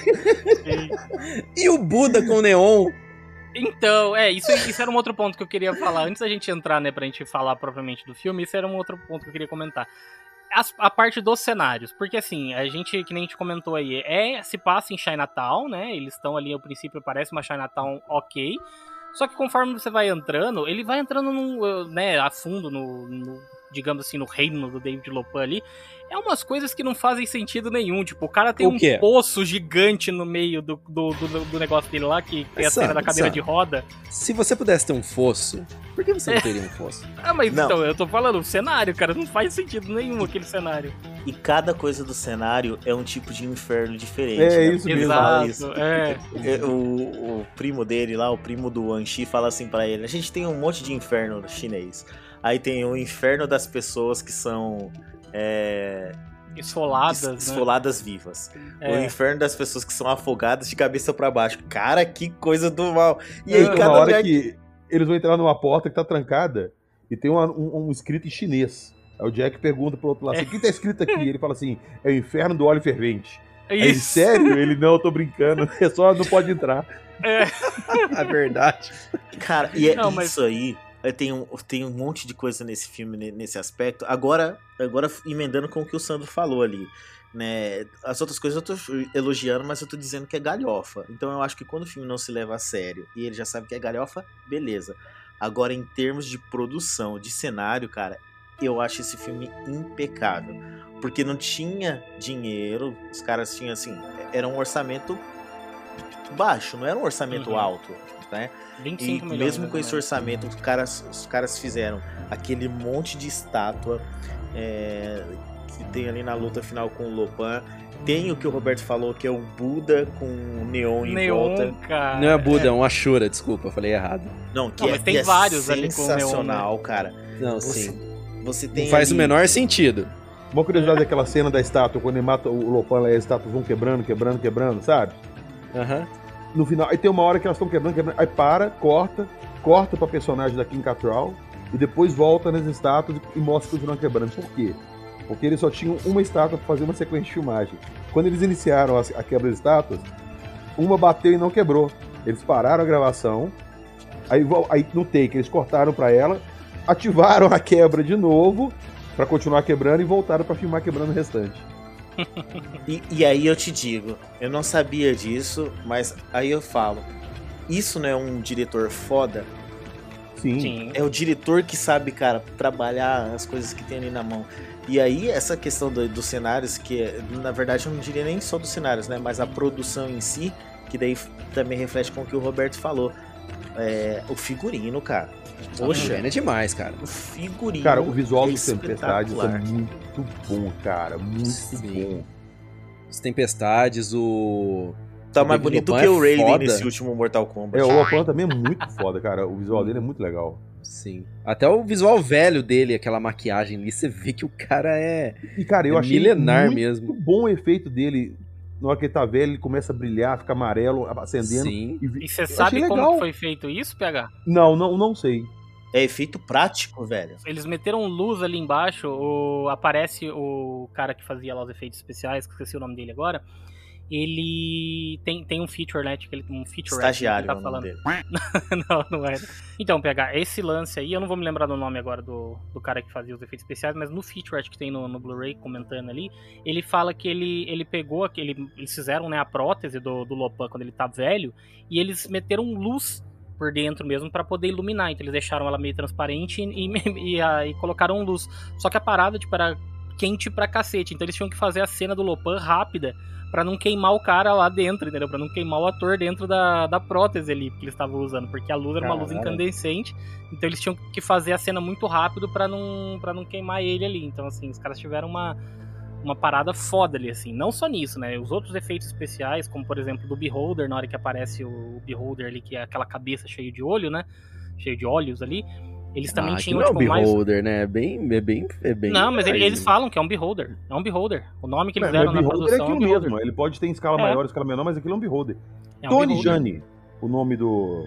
E o Buda com o neon? Então, é, isso, isso era um outro ponto que eu queria falar. Antes da gente entrar, né, pra gente falar propriamente do filme, isso era um outro ponto que eu queria comentar. As, a parte dos cenários, porque assim, a gente, que nem a gente comentou aí, é, se passa em Chinatown, né, eles estão ali, ao princípio parece uma Chinatown ok, só que conforme você vai entrando, ele vai entrando num, né, a fundo no, no, digamos assim, no reino do David Lopan ali. É umas coisas que não fazem sentido nenhum. Tipo, o cara tem O um quê? poço gigante no meio do, do, do, do negócio dele lá, que tem a Sabe, cena da cadeira sabe. de roda. Se você pudesse ter um fosso, por que você não teria um fosso? Ah, mas Não. então, eu tô falando, o cenário, cara, não faz sentido nenhum aquele cenário. E cada coisa do cenário é um tipo de inferno diferente. É né? isso Ele mesmo. fala Exato, isso. é. É, O, o primo dele lá, o primo do Wan-Chi, fala assim pra ele: a gente tem um monte de inferno chinês. Aí tem o inferno das pessoas que são é, Esfoladas, es- né? esfoladas vivas. É. O inferno das pessoas que são afogadas de cabeça pra baixo. Cara, que coisa do mal. E E aí, aí, cada uma hora lugar que eles vão entrar numa porta que tá trancada e tem uma- um, um escrito em chinês. Aí o Jack pergunta pro outro lado assim, o que tá escrito aqui? Ele fala assim, é o inferno do óleo fervente. Aí ele, Isso. sério? Ele, não, eu tô brincando, é só não pode entrar. É. A verdade. Cara, e é Não, mas- isso aí. é, Tem um, tem um monte de coisa nesse filme, ne- nesse aspecto. Agora, agora emendando com o que o Sandro falou ali. Né? As outras coisas eu tô elogiando, mas eu tô dizendo que é galhofa. Então eu acho que quando o filme não se leva a sério e ele já sabe que é galhofa, beleza. Agora, em termos de produção, de cenário, cara, eu acho esse filme impecável. Porque não tinha dinheiro, os caras tinham assim, era um orçamento baixo, não era um orçamento Uhum. alto, né? vinte e E cinco milhões. mesmo com mais esse ou menos. orçamento, os caras, os caras fizeram aquele monte de estátua é, que tem ali na luta final com o Lopan. Tem o que o Roberto falou, que é o Buda com o neon em Neon, volta. cara. Não é Buda, é um Ashura, desculpa, eu falei errado. Não, que Não, é, mas tem que é vários ali com o neon, né? sensacional, cara. Não, Você, sim. você tem Não faz ali- o menor sentido. Uma curiosidade daquela cena da estátua, quando ele mata o Lopan, lá, as estátuas vão quebrando, quebrando, quebrando, sabe? Aham. No final, aí tem uma hora que elas estão quebrando, quebrando, aí para, corta, corta pra personagem da Kim Cattrall e depois volta nas estátuas e mostra que continuam quebrando. Por quê? Porque eles só tinham uma estátua pra fazer uma sequência de filmagem. Quando eles iniciaram a, a quebra das estátuas, uma bateu e não quebrou. Eles pararam a gravação, aí, vo- aí no take eles cortaram pra ela, ativaram a quebra de novo pra continuar quebrando e voltaram pra filmar quebrando o restante. E, e aí eu te digo, eu não sabia disso, mas aí eu falo, isso não é um diretor foda? Sim. Sim. É o diretor que sabe, cara, trabalhar as coisas que tem ali na mão. E aí, essa questão do- dos cenários, que é, na verdade eu não diria nem só dos cenários, né? Mas a produção em si, que daí f- também reflete com o que o Roberto falou. É, o figurino, cara. Poxa, É demais, cara. o figurino. Cara, o visual é dos Tempestades é espetacular. muito bom, cara. Muito Sim. bom. As Tempestades, o... Tá o mais David bonito do Lopan que é o Raiden foda. nesse último Mortal Kombat. É, o Lopan também é muito foda, cara. O visual dele é muito legal. Sim. Até o visual velho dele, aquela maquiagem ali, você vê que o cara é... E, cara, eu É achei milenar muito mesmo. bom o efeito dele na hora que ele tá velho, ele começa a brilhar, fica amarelo, acendendo. Sim. E você sabe como legal. que foi feito isso, P H? Não, não, não sei. É efeito prático, velho. Eles meteram luz ali embaixo, o... aparece o cara que fazia lá os efeitos especiais, que esqueci o nome dele agora. Ele tem, tem um feature, né? Tipo, um feature Estagiário, que tá ele tá falando. dele. não, não é. Então, P H, esse lance aí, eu não vou me lembrar do nome agora do, do cara que fazia os efeitos especiais, mas no feature que tem no, no Blu-ray, comentando ali, ele fala que ele, ele pegou aquele. Eles fizeram, né, a prótese do, do Lopan quando ele tá velho, e eles meteram luz por dentro mesmo pra poder iluminar. Então eles deixaram ela meio transparente e, e, e, a, e colocaram luz. Só que a parada, tipo, era quente pra cacete. Então eles tinham que fazer a cena do Lopan rápida pra não queimar o cara lá dentro, entendeu? Pra não queimar o ator dentro da, da prótese ali que eles estavam usando, porque a luz era uma luz incandescente, então eles tinham que fazer a cena muito rápido pra não, pra não queimar ele ali. Então, assim, os caras tiveram uma, uma parada foda ali, assim. Não só nisso, né? Os outros efeitos especiais, como, por exemplo, do Beholder, na hora que aparece o Beholder ali, que é aquela cabeça cheia de olho, né? Cheio de olhos ali. Eles também ah, tinham, não tipo, é um Beholder, mais... né? É bem, é bem, é bem... Não, mas aí, eles falam que é um Beholder. É um Beholder. O nome que eles Mas, deram mas na Beholder produção é aquilo é um Beholder. mesmo. Ele pode ter em escala É. maior, escala menor, mas aquilo é um Beholder. É um Tony Beholder. Janney, o nome do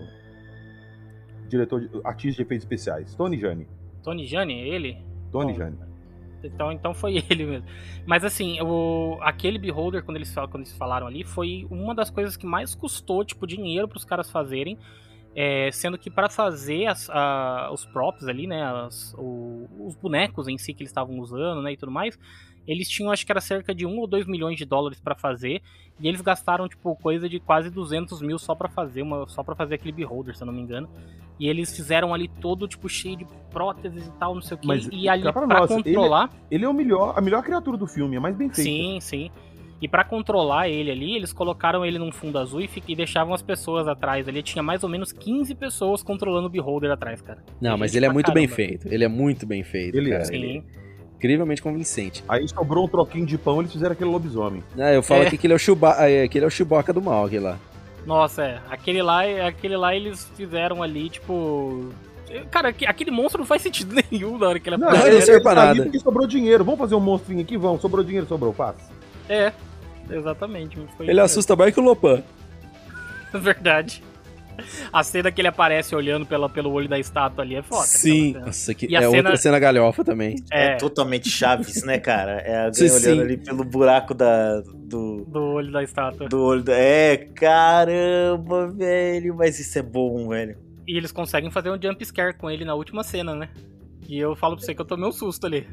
diretor, de, artista de efeitos especiais. Tony Janney. Tony Janney, ele? Tony Bom, Janney. Então, então foi ele mesmo. Mas assim, o, aquele Beholder, quando eles, quando eles falaram ali, foi uma das coisas que mais custou, tipo, dinheiro pros caras fazerem. É, sendo que para fazer as, a, os props ali, né, as, o, os bonecos em si que eles estavam usando, né, e tudo mais, eles tinham, acho que era cerca de um ou dois milhões de dólares para fazer, e eles gastaram, tipo, coisa de quase duzentos mil só para fazer uma, só para fazer aquele Beholder, se eu não me engano. E eles fizeram ali todo, tipo, cheio de próteses e tal, não sei o que, Mas, e ali cá pra, pra nós, controlar... Ele, ele é o melhor, a melhor criatura do filme, é mais bem feito. Sim, sim. E pra controlar ele ali, eles colocaram ele num fundo azul e, e deixavam as pessoas atrás ali. Tinha mais ou menos quinze pessoas controlando o Beholder atrás, cara. Não, Tem mas gente ele é pra muito caramba. bem feito. Ele é muito bem feito, Ele é. cara. Sim. Ele é incrivelmente convincente. Aí sobrou um troquinho de pão, eles fizeram aquele lobisomem. Ah, eu falo É. que aquele é o Chewbacca, é, aquele é o Chewbacca do mal, aquele lá. Nossa, é. Aquele lá, aquele lá eles fizeram ali, tipo... Cara, aque- aquele monstro não faz sentido nenhum na hora que ele Não, aparece. ele não serve pra tá ali nada. porque sobrou dinheiro. Vamos fazer um monstrinho aqui? Vamos. Sobrou dinheiro, sobrou. Faz. É, exatamente. Foi Ele isso assusta mais que o Lopan. mesmo. Verdade. A cena que ele aparece olhando pela, pelo olho da estátua ali é foda. Sim. aquela cena. Nossa, que E a é cena- outra cena galhofa também. É, É, totalmente Chaves, né, cara? É alguém Sim, olhando sim. ali pelo buraco da, do, do olho da estátua. do olho. Da... É, caramba, velho. Mas isso é bom, velho. E eles conseguem fazer um jump scare com ele na última cena, né? E eu falo pra você que eu tomei um susto ali.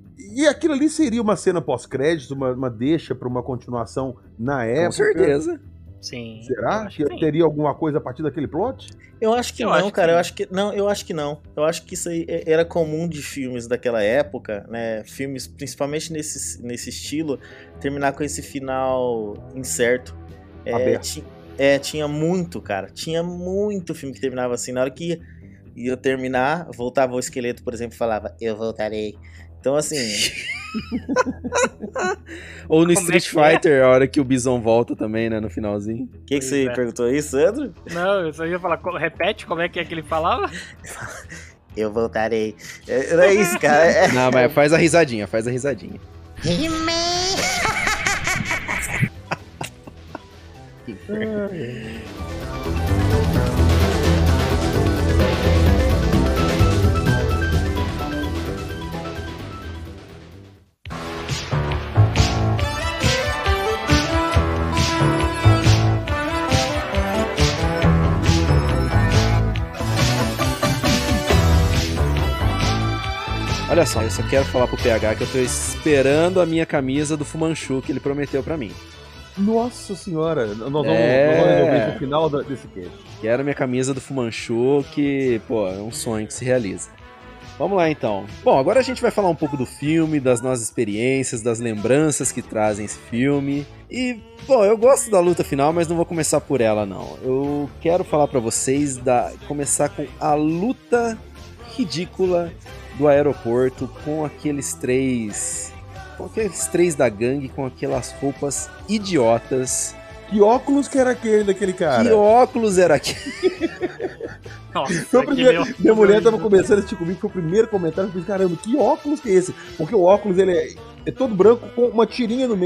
E aquilo ali seria uma cena pós-créditos, uma, uma deixa pra uma continuação na época? Com certeza. Sim. eu Será acho que sim. teria alguma coisa a partir daquele plot? Eu acho que Eu não, acho que cara. sim. eu acho que não, eu acho que não. Eu acho que isso aí é- era comum de filmes daquela época, né? Filmes, principalmente nesse, nesse estilo, terminar com esse final incerto. É, Aberto. ti- é, tinha muito, cara. Tinha muito filme que terminava assim. Na hora que ia terminar, voltava o esqueleto, por exemplo, e falava, eu voltarei. Então, assim, Ou no Como é Street que é? Fighter, a hora que o Bison volta também, né, no finalzinho. o que, que Pois você é. perguntou isso, Sandro? Não, eu só ia falar, co- repete como é que é que ele falava? Eu voltarei. É, era isso, cara. É- Não, mas faz a risadinha, faz a risadinha. Olha só, eu só quero falar pro P H que eu tô esperando a minha camisa do Fumanchu que ele prometeu pra mim. Nossa senhora, nós vamos, É. nós vamos resolver isso no final da- desse cast. Quero a minha camisa do Fumanchu, que, pô, é um sonho que se realiza. Vamos lá então. Bom, agora a gente vai falar um pouco do filme, das nossas experiências, das lembranças que trazem esse filme. E, bom, eu gosto da luta final, mas não vou começar por ela, não. Eu quero falar pra vocês da começar com a luta ridícula do aeroporto com aqueles três, com aqueles três da gangue com aquelas roupas idiotas. Que óculos que era aquele daquele cara? Que óculos era aquele? Nossa, Foi o que primeiro- meu- minha mulher tava começando a assistir comigo, foi o primeiro comentário, eu falei, caramba, que óculos que é esse? Porque o óculos, ele é, é todo branco com uma tirinha no meio.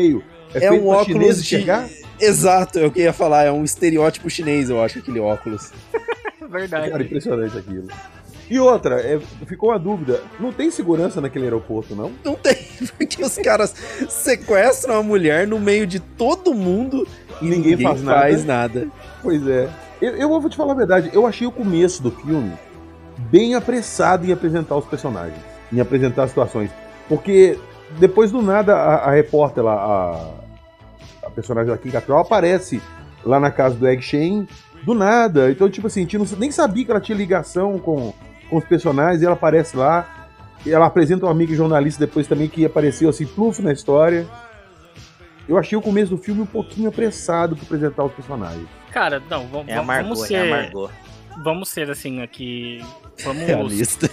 É, feito um pra óculos chinês de... enxergar? Exato, é o que eu ia falar, é um estereótipo chinês, eu acho, aquele óculos. Verdade. Cara, impressionante aquilo. E outra, é, ficou uma dúvida, não tem segurança naquele aeroporto, não? Não tem, porque os caras sequestram a mulher no meio de todo mundo e Ninguém ninguém, faz faz, nada. nada. Pois é. Eu, eu vou te falar a verdade, eu achei o começo do filme bem apressado em apresentar os personagens, em apresentar as situações. Porque depois do nada a, a repórter lá, a, a personagem da Kim Cattrall aparece lá na casa do Egg Shen, do nada. Então, tipo assim, a gente não, nem sabia que ela tinha ligação com, com os personagens, e ela aparece lá. E ela apresenta uma amiga jornalista depois também que apareceu assim, pluf, na história. Eu achei o começo do filme um pouquinho apressado pra apresentar os personagens. Cara, não, vamos, É a Margot, vamos ser... é a Margot. Vamos ser assim aqui... Vamos... Realista.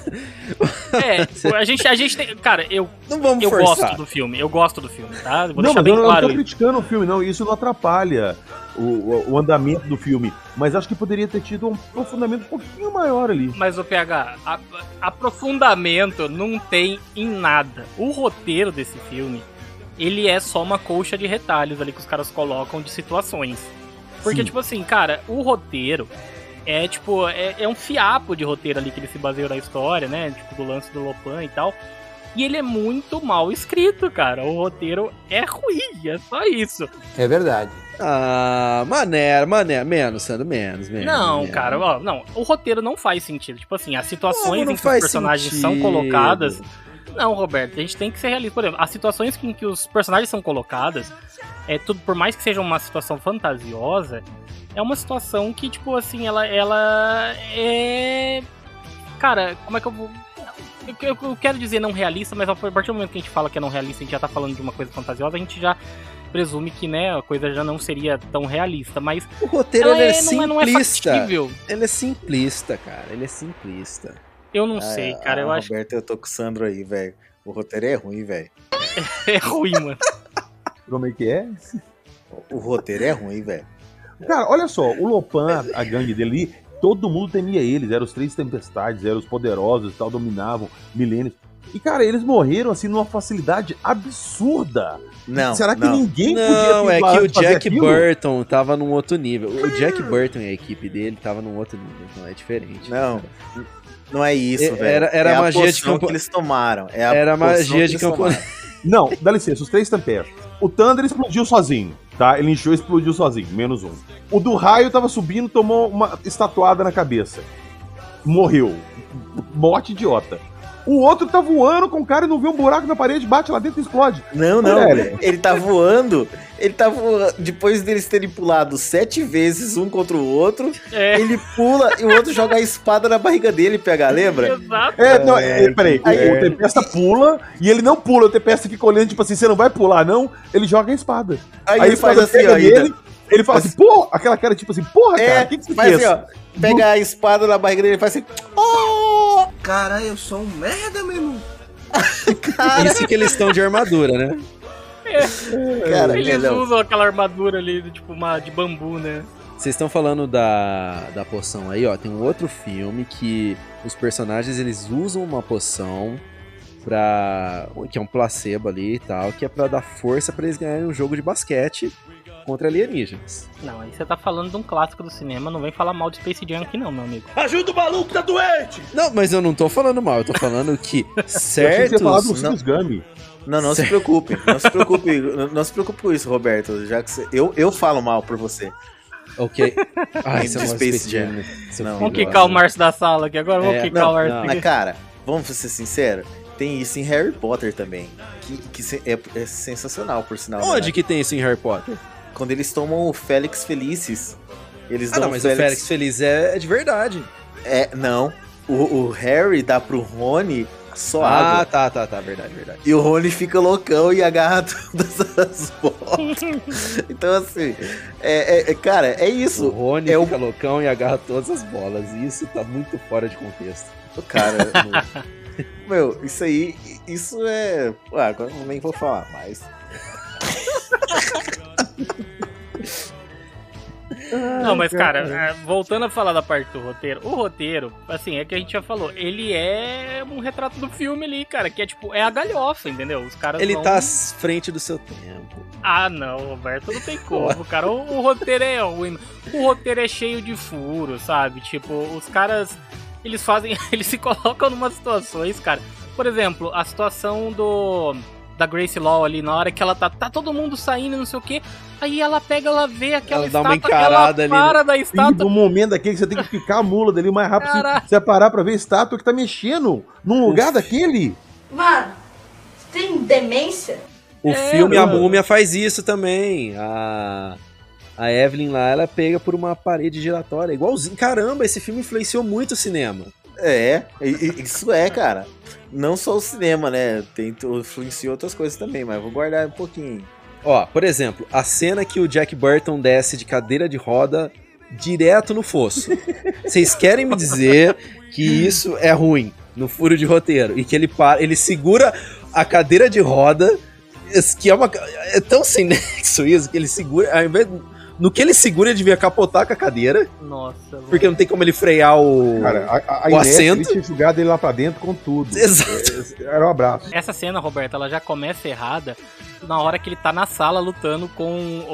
É, a gente, a gente tem... Cara, eu, Não vamos eu forçar. gosto do filme, eu gosto do filme, tá? Vou Não, deixar mas bem eu não claro tô isso. criticando o filme, não. Isso não atrapalha o, o, o andamento do filme. Mas acho que poderia ter tido um aprofundamento um pouquinho maior ali. Mas o P H, a- aprofundamento não tem em nada. O roteiro desse filme, ele é só uma colcha de retalhos ali que os caras colocam de situações. Porque, Sim. tipo assim, cara, o roteiro é tipo, é, é um fiapo de roteiro ali que ele se baseou na história, né? Tipo, do lance do Lopan e tal. E ele é muito mal escrito, cara. O roteiro é ruim, é só isso. É verdade. Ah, mané, mané, menos, Sandro, menos, menos. Não, menos. cara, ó, não, o roteiro não faz sentido. Tipo assim, as situações Como não em que os faz personagens são sentido? colocadas. Não, Roberto, a gente tem que ser realista. Por exemplo, as situações em que os personagens são colocadas, é tudo, por mais que seja uma situação fantasiosa, é uma situação que, tipo assim, ela, ela é. Cara, como é que eu vou. Eu, eu quero dizer não realista, mas a partir do momento que a gente fala que é não realista, a gente já tá falando de uma coisa fantasiosa, a gente já presume que, né, a coisa já não seria tão realista, mas O roteiro ela ele é, é- não é- não é simplista. factível. Ele é simplista, cara. Ele é simplista. eu não sei, cara, eu ah, acho Roberto, eu tô com o Sandro aí, velho. O roteiro é ruim, velho. que é ruim, mano. Como é que é? O roteiro é ruim, velho. Cara, olha só, o Lopan, a gangue dele, todo mundo temia eles. Eram os três tempestades, eram os poderosos e tal, dominavam milênios. E, cara, eles morreram, assim, numa facilidade absurda. Não, Será que não. ninguém podia Não, ter é plano que o de fazer Jack aquilo? Burton tava num outro nível. O Jack Burton e a equipe dele tava num outro nível, não é diferente. Não, não é isso, É- velho. era- era é a magia de poção campo- que eles tomaram. É a Era poção magia que de eles campo- tomaram. Não, dá licença, os três tempestas. O Thunder explodiu sozinho, tá? Ele inchou e explodiu sozinho, menos um. O do raio tava subindo, tomou uma estatuada na cabeça. Morreu. Morte idiota. O outro tá voando com o cara e não vê um buraco na parede, bate lá dentro e explode. Não, não. Velho. Ele tá voando. Ele tá voando. Depois deles terem pulado sete vezes um contra o outro, É, ele pula e o outro joga a espada na barriga dele, P H, lembra? exato. É, não, é, peraí, Aí- o, o Tempesta pula e ele não pula, o Tempesta fica olhando, tipo assim, você não vai pular, não? Ele joga a espada. Aí, Aí ele faz assim, pega ó, ainda. nele, ele fala assim, porra, aquela cara tipo assim, porra, cara, É, o que, que você faz fez? assim, ó. Pega a espada na barriga dele e faz assim. Oh! Cara, eu sou um merda, meu irmão. Isso que eles estão de armadura, né? Cara, Eles não. usam aquela armadura ali, tipo, uma de bambu, né? Vocês estão falando da, da poção aí, ó. Tem um outro filme que os personagens eles usam uma poção pra. Que é um placebo ali e tal, que é pra dar força pra eles ganharem um jogo de basquete contra alienígenas. Não, aí você tá falando de um clássico do cinema, não vem falar mal de Space Jam aqui não, meu amigo. Ajuda o maluco, tá doente! Não, mas eu não tô falando mal, eu tô falando que Eu achei que certos. você ia falar do não. Lucius Gummy. Não, não se preocupe. Não se preocupe. Não, não se preocupe com isso, Roberto. Já que você, eu, eu falo mal por você. Ok. Ah, De isso é uma Space Space Jam. Jam. Seu Não, filho, Vamos quicar ó. o Márcio da sala aqui agora, vamos É, quicar não, o Márcio não. aqui. Mas, cara, vamos ser sinceros. Tem isso em Harry Potter também. Que, que se- é, é sensacional, por sinal. Onde né? que tem isso em Harry Potter? Quando eles tomam o Félix Felicis. Eles Ah, dão não, mas o Félix Feliz é, é de verdade. É, não. O, o Harry dá pro Rony só Ah, água. tá, tá, tá, verdade, verdade. E o Rony fica loucão e agarra todas as bolas. Então, assim, é, é- é- cara, é O isso. Rony é o- fica loucão e agarra todas as bolas. E isso tá muito fora de contexto. Cara, meu, isso aí, isso é. Ah, agora eu nem vou falar mais. Não, mas cara, voltando a falar da parte do roteiro, o roteiro, assim, é que a gente já falou, ele é um retrato do filme ali, cara, que é tipo, é a galhofa, entendeu? Os caras Ele vão... tá à frente do seu tempo. Ah, não, Roberto, não tem como, cara. O, o roteiro é ruim. O roteiro é cheio de furos, sabe? Tipo, os caras, eles fazem, eles se colocam numa situações, cara. Por exemplo, a situação do da Grace Law ali, na hora que ela tá, tá todo mundo saindo, não sei o quê, aí ela pega, ela vê aquela Ela dá estátua, uma encarada ela ali, para né? da E estátua. no momento daquele que você tem que picar a mula dele o mais rápido possível. Caraca. Você vai parar pra ver a estátua que tá mexendo num lugar daquele. Mano, você tem demência? O É, filme A mano. Múmia faz isso também. A, a Evelyn lá, ela pega por uma parede giratória. Igualzinho. Caramba, esse filme influenciou muito o cinema. É, e- e- isso é, cara. Não só o cinema, né? Tem influencia outras coisas também, mas vou guardar um pouquinho. Ó, por exemplo, a cena que o Jack Burton desce de cadeira de roda direto no fosso. Vocês querem me dizer que isso é ruim no furo de roteiro? E que ele para, ele segura a cadeira de roda, que é uma. É tão sem nexo isso, que ele segura. Ao invés, no que ele segura, ele devia capotar com a cadeira. Nossa, velho. Porque não tem como ele frear o, Cara, a, a, a o Inés, assento. ele tinha jogado ele lá pra dentro com tudo. Exato. É, Era um abraço. Essa cena, Roberto, ela já começa errada na hora que ele tá na sala lutando com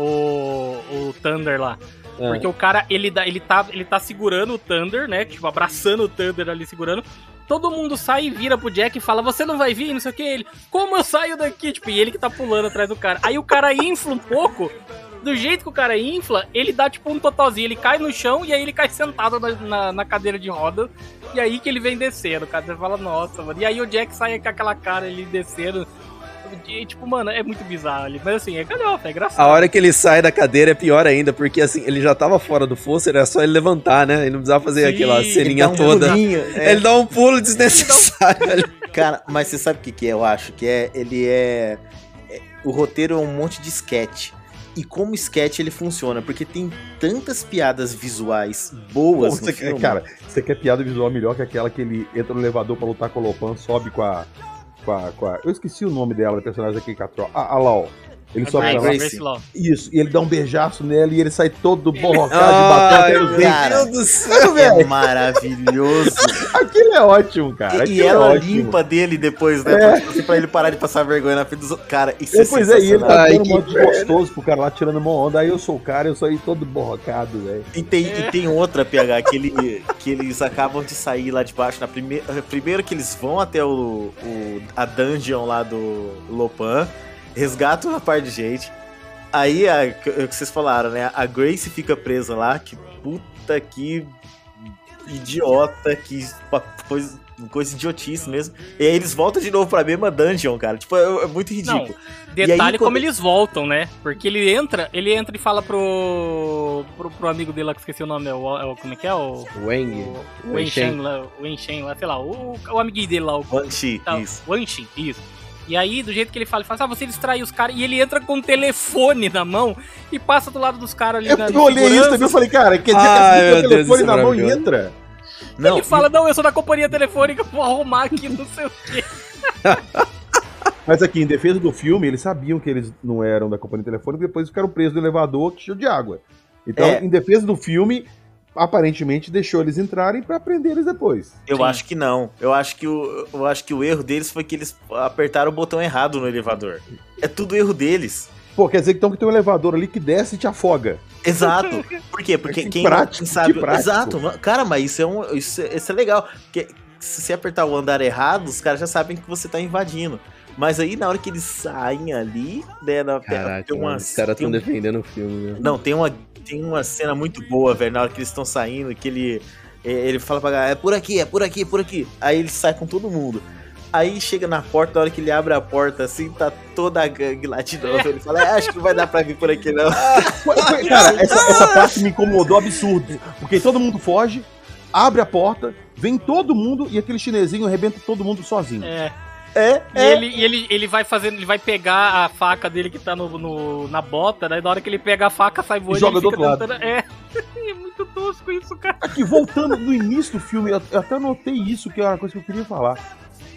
o, o Thunder lá. É. Porque o cara, ele, dá, ele, tá, ele tá segurando o Thunder, né? Tipo, abraçando o Thunder ali, segurando. Todo mundo sai e vira pro Jack e fala, você não vai vir, não sei o que. Ele, como eu saio daqui? Tipo, e ele que tá pulando atrás do cara. Aí o cara infla um pouco. Do jeito que o cara infla, ele dá tipo um totalzinho. Ele cai no chão e aí ele cai sentado na, na, na cadeira de roda. E aí que ele vem descendo, cara. Você fala, nossa, mano. E aí o Jack sai com aquela cara ali descendo. E, tipo, mano, é muito bizarro ali. Mas assim, é galhofa, é engraçado. A hora que ele sai da cadeira é pior ainda, porque assim, ele já tava fora do fosso, era só ele levantar, né? Ele não precisava fazer Sim, aquela Ele ceninha dá um toda. pulinho, é. Ele dá um pulo desnecessário ali. Cara, mas você sabe o que, que é, eu acho? Que é. Ele é, é. O roteiro é um monte de sketch. E como sketch ele funciona, porque tem tantas piadas visuais boas Pô, no você quer, filme. cara, você quer piada visual melhor que aquela que ele entra no elevador pra lutar com o Lopan, sobe com a. Com a, com a eu esqueci o nome dela, da personagem da Kate Capra. A, a Lau. Ele sobe Grace. pra lá. Grace. Law. Isso, e ele dá um beijaço nela e ele sai todo borrocado Ai, de batata meu nos dentes. Cara, Deus do céu, é velho. maravilhoso. Aquilo é ótimo, cara. E, Aquilo e é ela ótimo. limpa dele depois, né? É. Pra, tipo assim, pra ele parar de passar vergonha na frente dos outros. Cara, isso é É, pois é, e ele sensacional. tá Ai, dando que um monte de merda. gostoso pro cara lá tirando uma onda. Aí eu sou o cara, eu sou aí todo borrocado, velho. E tem, e tem outra, P H, que, ele, que eles acabam de sair lá de baixo. Na primeira, primeiro que eles vão até o, o, a dungeon lá do Lopan, resgatam uma par de gente. Aí, a, o que vocês falaram, né? A Grace fica presa lá, que puta que idiota, que coisa, coisa idiotice mesmo. E aí eles voltam de novo pra mesma dungeon, cara. Tipo, é, é muito ridículo. Não, detalhe E aí, como quando- eles voltam, né? Porque ele entra, ele entra e fala pro, pro, pro amigo dele lá, que esqueci o nome, é o, é o- como é que é? O, Wang. o, o Wen Shen lá, o Wen Shen lá, sei lá, o, o amiguinho dele lá, o Wang Shi, tá, isso. Wen Shen, isso. E aí, do jeito que ele fala, ele fala assim, ah, você distrai os caras, e ele entra com o telefone na mão e passa do lado dos caras ali Eu, na eu olhei isso também e falei, cara, quer dizer Ai, que meu você tem o Deus, telefone isso é na mão e maravilhoso. entra? Não, ele fala, não, eu sou da companhia telefônica, vou arrumar aqui, não sei o quê. Mas aqui, em defesa do filme, eles sabiam que eles não eram da companhia telefônica, depois ficaram presos no elevador que cheio de água. Então, É. em defesa do filme, aparentemente deixou eles entrarem pra prender eles depois. Eu Sim. acho que não. Eu acho que, o, eu acho que o erro deles foi que eles apertaram o botão errado no elevador. É tudo erro deles. Pô, quer dizer que, então que tem um elevador ali que desce e te afoga. Exato. Por quê? Porque Que quem, prático, quem sabe. que prático. Exato. Cara, mas isso é, um, isso, é, isso é legal. Porque se você apertar o andar errado, os caras já sabem que você tá invadindo. Mas aí, na hora que eles saem ali, né, na, Caraca, tem uma, mano, os caras tem estão um- defendendo o filme, né? Não, tem uma, tem uma cena muito boa, velho, na hora que eles estão saindo, que ele, é, ele fala pra galera, é por aqui, é por aqui, é por aqui. Aí ele sai com todo mundo. Aí chega na porta, na hora que ele abre a porta, assim, tá toda a gangue lá de novo. Ele fala, é, acho que não vai dar pra vir por aqui, não. Cara, essa, essa parte me incomodou absurdo. Porque todo mundo foge, abre a porta, vem todo mundo e aquele chinesinho arrebenta todo mundo sozinho. É. É, E, ele, e ele, ele vai fazendo, ele vai pegar a faca dele que tá no, no- na bota, né? Na hora que ele pega a faca, sai voando E joga ele do fica outro lado. tentando- É. É muito tosco isso, cara. Aqui, voltando no início do filme, eu eu até notei isso, que é uma coisa que eu queria falar.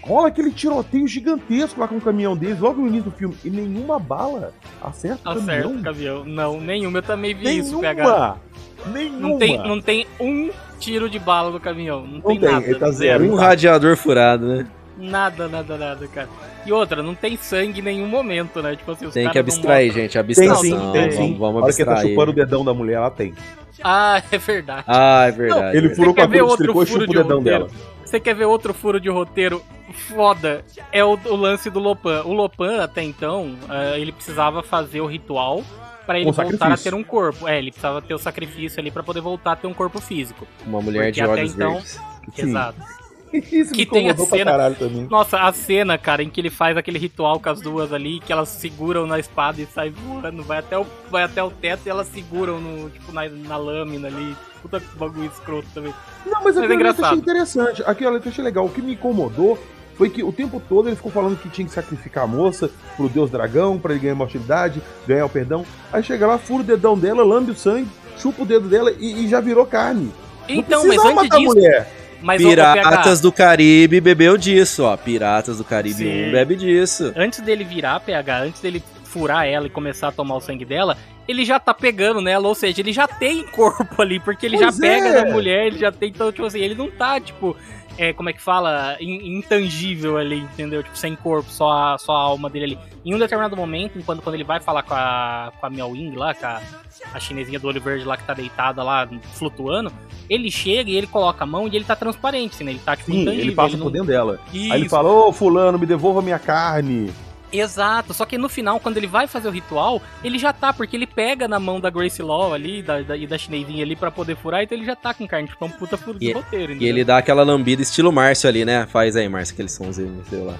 rola aquele tiroteio gigantesco lá com o caminhão deles, logo no início do filme, e nenhuma bala acerta o Acerta caminhão. o caminhão. Não, nenhuma. Eu também vi Nenhuma! isso, P H. Nenhuma! Não tem, não tem um tiro de bala no caminhão. Não, Não tem, tem, nada. ele tá zero. Um radiador furado, né? Nada, nada, nada, cara. E outra, não tem sangue em nenhum momento, né? Tipo assim, os Tem que caras não abstrair, mostram- gente. Tem Abstração. sim, tem sim. Vamos, vamos A hora que ele tá abstrair. chupando o dedão da mulher, ela tem. Ah, é verdade. Ah, é verdade. Ele é furou Você com a quer ver agulha de outro tricô e furo chupa o de dedão roteiro? dela. Você quer ver outro furo de roteiro foda? É o, o lance do Lopan. O Lopan, até então, ah, ele precisava fazer o ritual pra ele Com voltar a sacrifício. ter um corpo. É, ele precisava ter o sacrifício ali pra poder voltar a ter um corpo físico. Uma mulher Porque de até olhos então- verdes. Sim. Exato. Isso Que me tem a incomodou pra cena- caralho também. Nossa, a cena, cara, em que ele faz aquele ritual com as duas ali, que elas seguram na espada e sai voando, vai até o, vai até o teto e elas seguram no, tipo, na, na lâmina ali. Puta que bagulho escroto também. Não, mas Mas é aquilo ali eu engraçado. achei interessante. Aquilo ali eu achei legal. O que me incomodou foi que o tempo todo ele ficou falando que tinha que sacrificar a moça pro deus dragão, pra ele ganhar mortalidade, ganhar o perdão. Aí chega lá, fura o dedão dela, lambe o sangue, chupa o dedo dela e, e já virou carne. Então, não mas precisava antes matar disso. a mulher. Mas, ô, ô, Piratas P H, do Caribe bebeu disso, ó. Piratas do Caribe Sim. um bebe disso. antes dele virar P H, antes dele furar ela e começar a tomar o sangue dela, ele já tá pegando nela, ou seja, ele já tem corpo ali, porque ele Pois já pega é. na mulher, ele já tem, então, tipo assim, ele não tá, tipo, é, como é que fala, In- intangível ali, entendeu? Tipo, sem corpo, só a, só a alma dele ali. Em um determinado momento, enquanto quando ele vai falar com a, com a Miao Ying lá, com a, a chinesinha do olho verde lá que tá deitada lá, flutuando, ele chega e ele coloca a mão e ele tá transparente, assim, né? Ele tá, tipo, Sim, intangível. ele passa não- por dentro dela. Isso. Aí ele fala, ô fulano, me devolva minha carne. Exato, só que no final, quando ele vai fazer o ritual, ele já tá, porque ele pega na mão da Grace Law ali, da, da, e da chinesinha ali pra poder furar, então ele já tá com carne, tipo, é um puta furo de E- roteiro, E entendeu? ele dá aquela lambida estilo Márcio ali, né? Faz aí, Márcio, aquele somzinho, sei lá.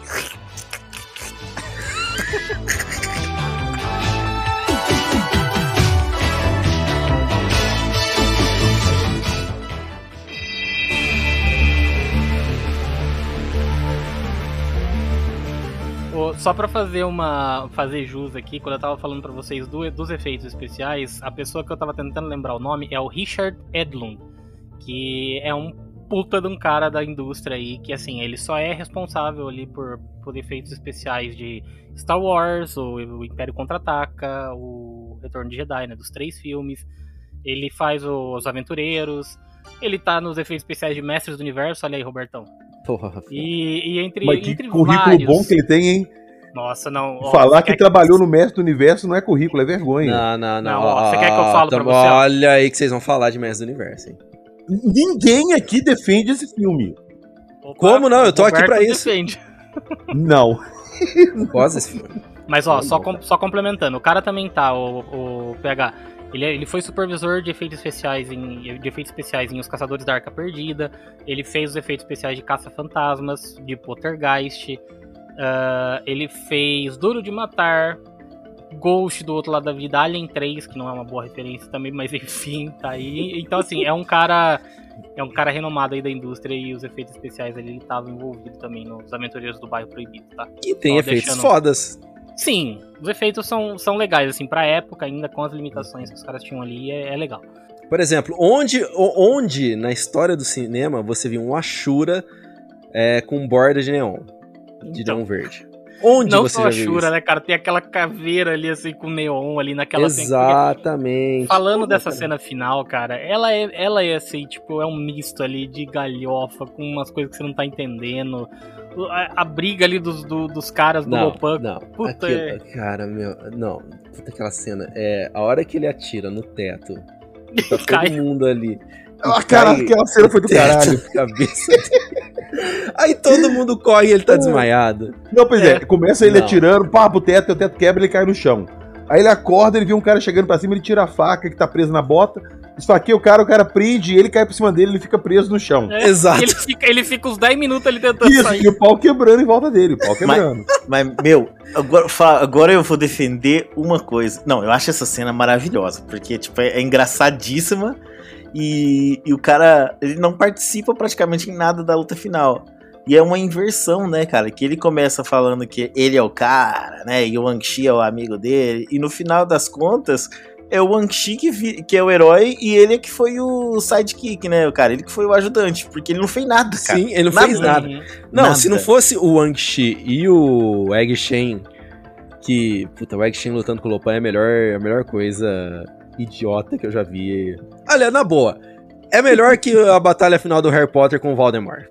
Ô, Só pra fazer uma. fazer jus aqui, quando eu tava falando pra vocês do, dos efeitos especiais, a pessoa que eu tava tentando lembrar o nome é o Richard Edlund, que é um puta de um cara da indústria aí, que assim, ele só é responsável ali por, por efeitos especiais de Star Wars, o, o Império Contra-Ataca, o Retorno de Jedi, né, dos três filmes. Ele faz o- os Aventureiros, ele tá nos efeitos especiais de Mestres do Universo, olha aí, Robertão. Porra, Rafael. E, e entre, Mas que entre currículo vários... bom que ele tem, hein? Nossa, não. ó, Falar você que quer trabalhou no Mestre do Universo não é currículo, é vergonha. Não, não, não. Não, ó, você quer que eu falo pra tá- você, ó? Olha aí que vocês vão falar de Mestre do Universo, hein? Ninguém aqui defende esse filme. Opa, Como não? Eu tô o aqui pra Roberto isso. defende. Não. Eu gosto desse filme. Mas ó, só, com- só complementando, o cara também tá, o, o P H. Ele, é- ele foi supervisor de efeitos especiais em de efeitos especiais em Os Caçadores da Arca Perdida. Ele fez os efeitos especiais de Caça-Fantasmas, de Poltergeist. ah, ele fez Duro de Matar, Ghost do Outro Lado da Vida, Alien três, que não é uma boa referência também, mas enfim, tá aí. Então assim, é um cara é um cara renomado aí da indústria e os efeitos especiais ali, ele tava envolvido também nos Aventureiros do Bairro Proibido, tá? E tem Só efeitos deixando- fodas. Sim, os efeitos são, são legais, assim, pra época, ainda com as limitações que os caras tinham ali, é, é legal. Por exemplo, onde, o- onde na história do cinema você viu um Ashura é, com borda de neon? De Então, neon verde. Onde não você só já a viu Shura, isso? né, cara? Tem aquela caveira ali, assim, com neon ali naquela cena. Exatamente. Falando dessa cena final, cara, ela é, ela é assim, tipo, é um misto ali de galhofa com umas coisas que você não tá entendendo. A, a briga ali dos, do- dos caras do Não, Lopan. não. Puta, Aquilo- é- Cara, meu. Não. Puta aquela cena. É, a hora que ele atira no teto. Tá todo Cai. mundo ali. Ah, cara, aquela cena foi do teto caralho. na cabeça dele. Aí todo mundo corre e ele tá desmaiado. Não, pois é, É. começa ele Não. atirando, pá, pro teto, o teto quebra e ele cai no chão. Aí ele acorda, ele vê um cara chegando pra cima, ele tira a faca que tá presa na bota, esfaqueia o cara, o cara prende, ele cai por cima dele, ele fica preso no chão. é, Exato. Ele fica, ele fica uns dez minutos ali tentando Isso, sair. e o pau quebrando em volta dele, o pau quebrando. Mas, meu, agora, fa- agora eu vou defender uma coisa. Não, eu acho essa cena maravilhosa, porque, tipo, é, é engraçadíssima e, e o cara, ele não participa praticamente em nada da luta final. E é uma inversão, né, cara? Que ele começa falando que ele é o cara, né? E o Wang Chi é o amigo dele. E no final das contas, é o Wang-Chi que, vi, que é o herói e ele é que foi o sidekick, né, cara? Ele que foi o ajudante, porque ele não fez nada, cara. Sim, ele não nada. fez nada. Não, nada. Se não fosse o Wang-Chi e o Egg Shen, que, puta, o Egg Shen lutando com o Lopan é a melhor, a melhor coisa idiota que eu já vi. Olha, na boa, é melhor que a batalha final do Harry Potter com o Voldemort.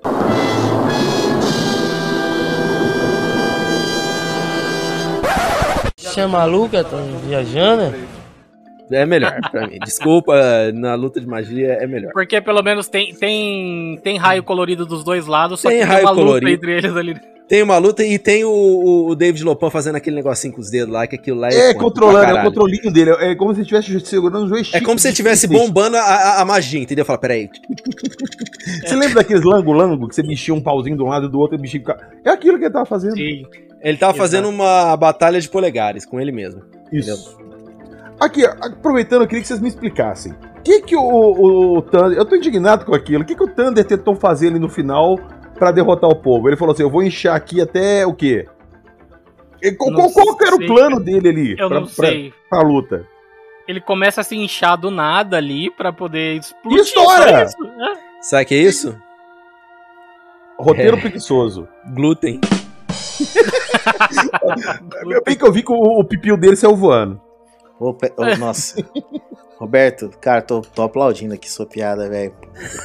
Você é maluca? Tá viajando? É melhor pra mim. Desculpa, na luta de magia é melhor. Porque pelo menos tem, tem, tem raio colorido dos dois lados, só tem que raio tem uma colorido. luta entre eles ali. Tem uma luta e tem o, o David Lopan fazendo aquele negocinho com os dedos lá, que aquilo lá é... É, controlando, é o controlinho dele. É como se ele estivesse segurando o joystick. É como se ele estivesse bombando a, a, a magia, entendeu? Fala, peraí. Você lembra daqueles lango-lango que você mexia um pauzinho de um lado e do outro e o bichinho ficava... É aquilo que ele tava fazendo. Sim. Ele tava Exato. fazendo uma batalha de polegares com ele mesmo. Isso. Entendeu? Aqui, aproveitando, eu queria que vocês me explicassem. O que que o, o, o Thunder... Eu tô indignado com aquilo. O que que o Thunder tentou fazer ali no final pra derrotar o povo? Ele falou assim, eu vou inchar aqui até o quê? Qual, qual, qual que era sei, o plano dele ali? Eu pra, não sei. Pra, pra luta? Ele começa a se inchar do nada ali pra poder explodir. História! Isso, né? Sabe o que é isso? Roteiro É. preguiçoso. Glúten. Bem que eu vi que o, o pipio dele saiu voando. Ô, pe- ô, nossa. Roberto, cara, tô, tô aplaudindo aqui sua piada, velho.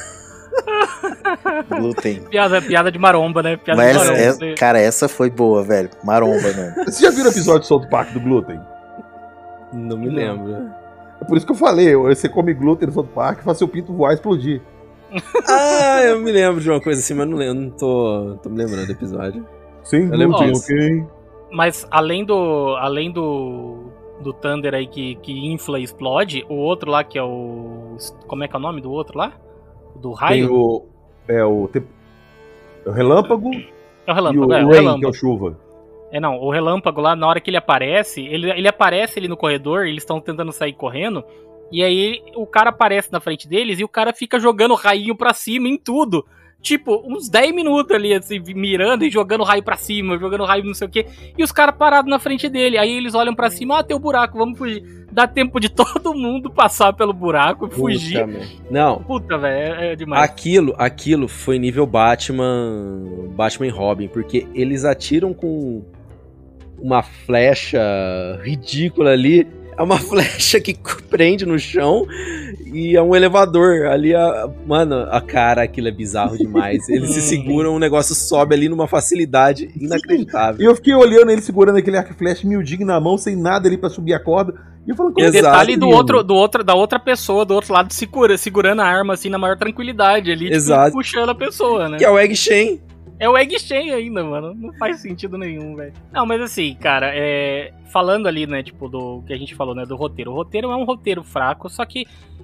Glúten. Piada, piada de maromba, né? Piada Mas de maromba. essa- cara, essa foi boa, velho. Maromba, né? Você já viu o episódio do South Park do glúten? Não me lembro. É por isso que eu falei, você come glúten no South Park, faz seu pinto voar e explodir. Ah, eu me lembro de uma coisa assim, mas não lembro, não tô, tô me lembrando do episódio. Sem Eu lembro glúten, disso. ok? Mas além do. Além do. Do Thunder aí que, que infla e explode, o outro lá que é o. Como é que é o nome do outro lá? Do raio? Tem o... É o... te- é o relâmpago É o e relâmpago, o é, o rain, relâmpago. que é o chuva. É, não, o relâmpago lá, na hora que ele aparece, ele, ele aparece ali no corredor, eles estão tentando sair correndo, e aí o cara aparece na frente deles e o cara fica jogando rainho pra cima em tudo. Tipo, uns dez minutos ali, assim, mirando e jogando raio pra cima, jogando raio não sei o quê, e os caras parados na frente dele. Aí eles olham pra cima, ah, tem o buraco, vamos fugir. Dá tempo de todo mundo passar pelo buraco e fugir. Puta, meu. Não, Puta, velho, é, é demais. aquilo, aquilo foi nível Batman, Batman e Robin, porque eles atiram com uma flecha ridícula ali. É uma flecha que prende no chão e é um elevador. Ali, a, mano, a cara, aquilo é bizarro demais. Eles se seguram, o negócio sobe ali numa facilidade E inacreditável. eu fiquei olhando ele segurando aquele arco e flecha miudinho na mão, sem nada ali pra subir a corda. E eu falando, como E é que detalhe tá do lindo? outro, do outro, da outra pessoa, do outro lado, segura, segurando a arma, assim, na maior tranquilidade ali, tipo, Exato. puxando a pessoa, né? Que é o Egg Shen. É o Egg Shen ainda, mano. Não faz sentido nenhum, velho. Não, mas assim, cara, é... falando ali, né, tipo, do que a gente falou, né, do roteiro. O roteiro é um roteiro fraco, só que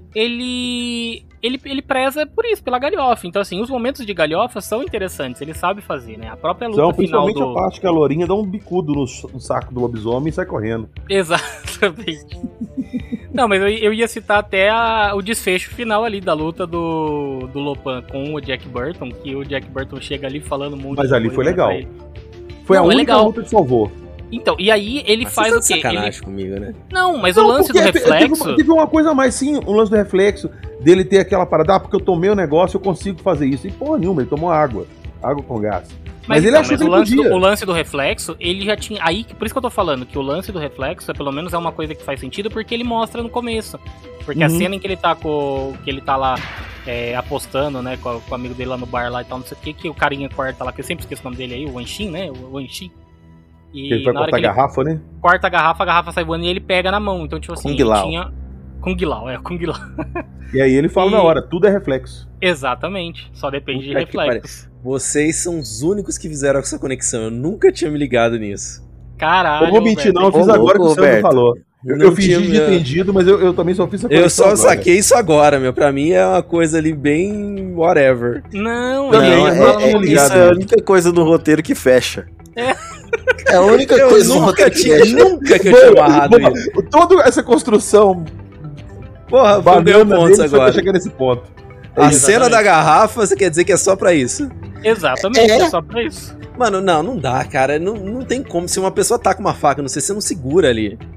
ele... Ele, ele preza por isso, pela galhofa. Então, assim, os momentos de galhofa são interessantes, ele sabe fazer, né? A própria luta Então, final principalmente do... a parte que a Lourinha dá um bicudo no, no saco do lobisomem e sai correndo. Exatamente. Não, mas eu, eu ia citar até a- o desfecho final ali da luta do, do Lopan com o Jack Burton, que o Jack Burton chega ali falando um monte Mas de ali coisa foi pra legal. ele. Foi Não, a é única legal. luta que salvou. Então, e aí ele Mas faz você o tá de quê? sacanagem Ele... comigo, né? Não, mas Não, o lance do porque te- reflexo... Teve, teve uma coisa a mais, sim, um lance do reflexo, dele ter aquela parada, ah, porque eu tomei o negócio, eu consigo fazer isso. E porra nenhuma, ele tomou água. Água com gás. Mas, ele então, achou mas que o ele lance, do, podia. o lance do reflexo, ele já tinha... Aí, por isso que eu tô falando, que o lance do reflexo, é, pelo menos, é uma coisa que faz sentido, porque ele mostra no começo. Porque a Uhum. cena em que ele tá com... Que ele tá lá é, apostando, né, com, com o amigo dele lá no bar lá e tal, não sei o que, que o carinha corta lá, que eu sempre esqueço o nome dele aí, o Wanshin, né, o Wanshin. E Que ele vai na hora cortar a que ele garrafa, né? corta a garrafa, a garrafa sai voando e ele pega na mão. Então, tipo assim, Kung ele Lao. tinha... Kung Lao, é, Kung Lao. E aí ele fala E- na hora, tudo é reflexo. Exatamente, só depende Puta de que reflexos. Vocês são os únicos que fizeram essa conexão. Eu nunca tinha me ligado nisso. Caralho, Eu vou mentir, velho. não, eu fiz Ô, agora que louco, o Sandro Roberto. falou. Eu, Não eu fingi tinha- de entendido, mas eu, eu também só fiz essa Eu conexão só agora. saquei isso agora, meu. Pra mim é uma coisa ali bem whatever. Não, Também, não, Não, eu fala não é, é, no tô isso ligado é a nisso. única coisa do roteiro que fecha. É. É a única Eu coisa do nunca roteiro que tinha, fecha. nunca que eu tinha amarrado Boa, isso. Toda essa construção Porra, vou ganhar banana pontos dele só pra agora. chegar nesse ponto. A Exatamente. cena da garrafa, você quer dizer que é só pra isso? Exatamente, É. é só pra isso. Mano, não, não dá, cara. Não, não tem como. Se uma pessoa tá com uma faca, não sei, você não segura ali.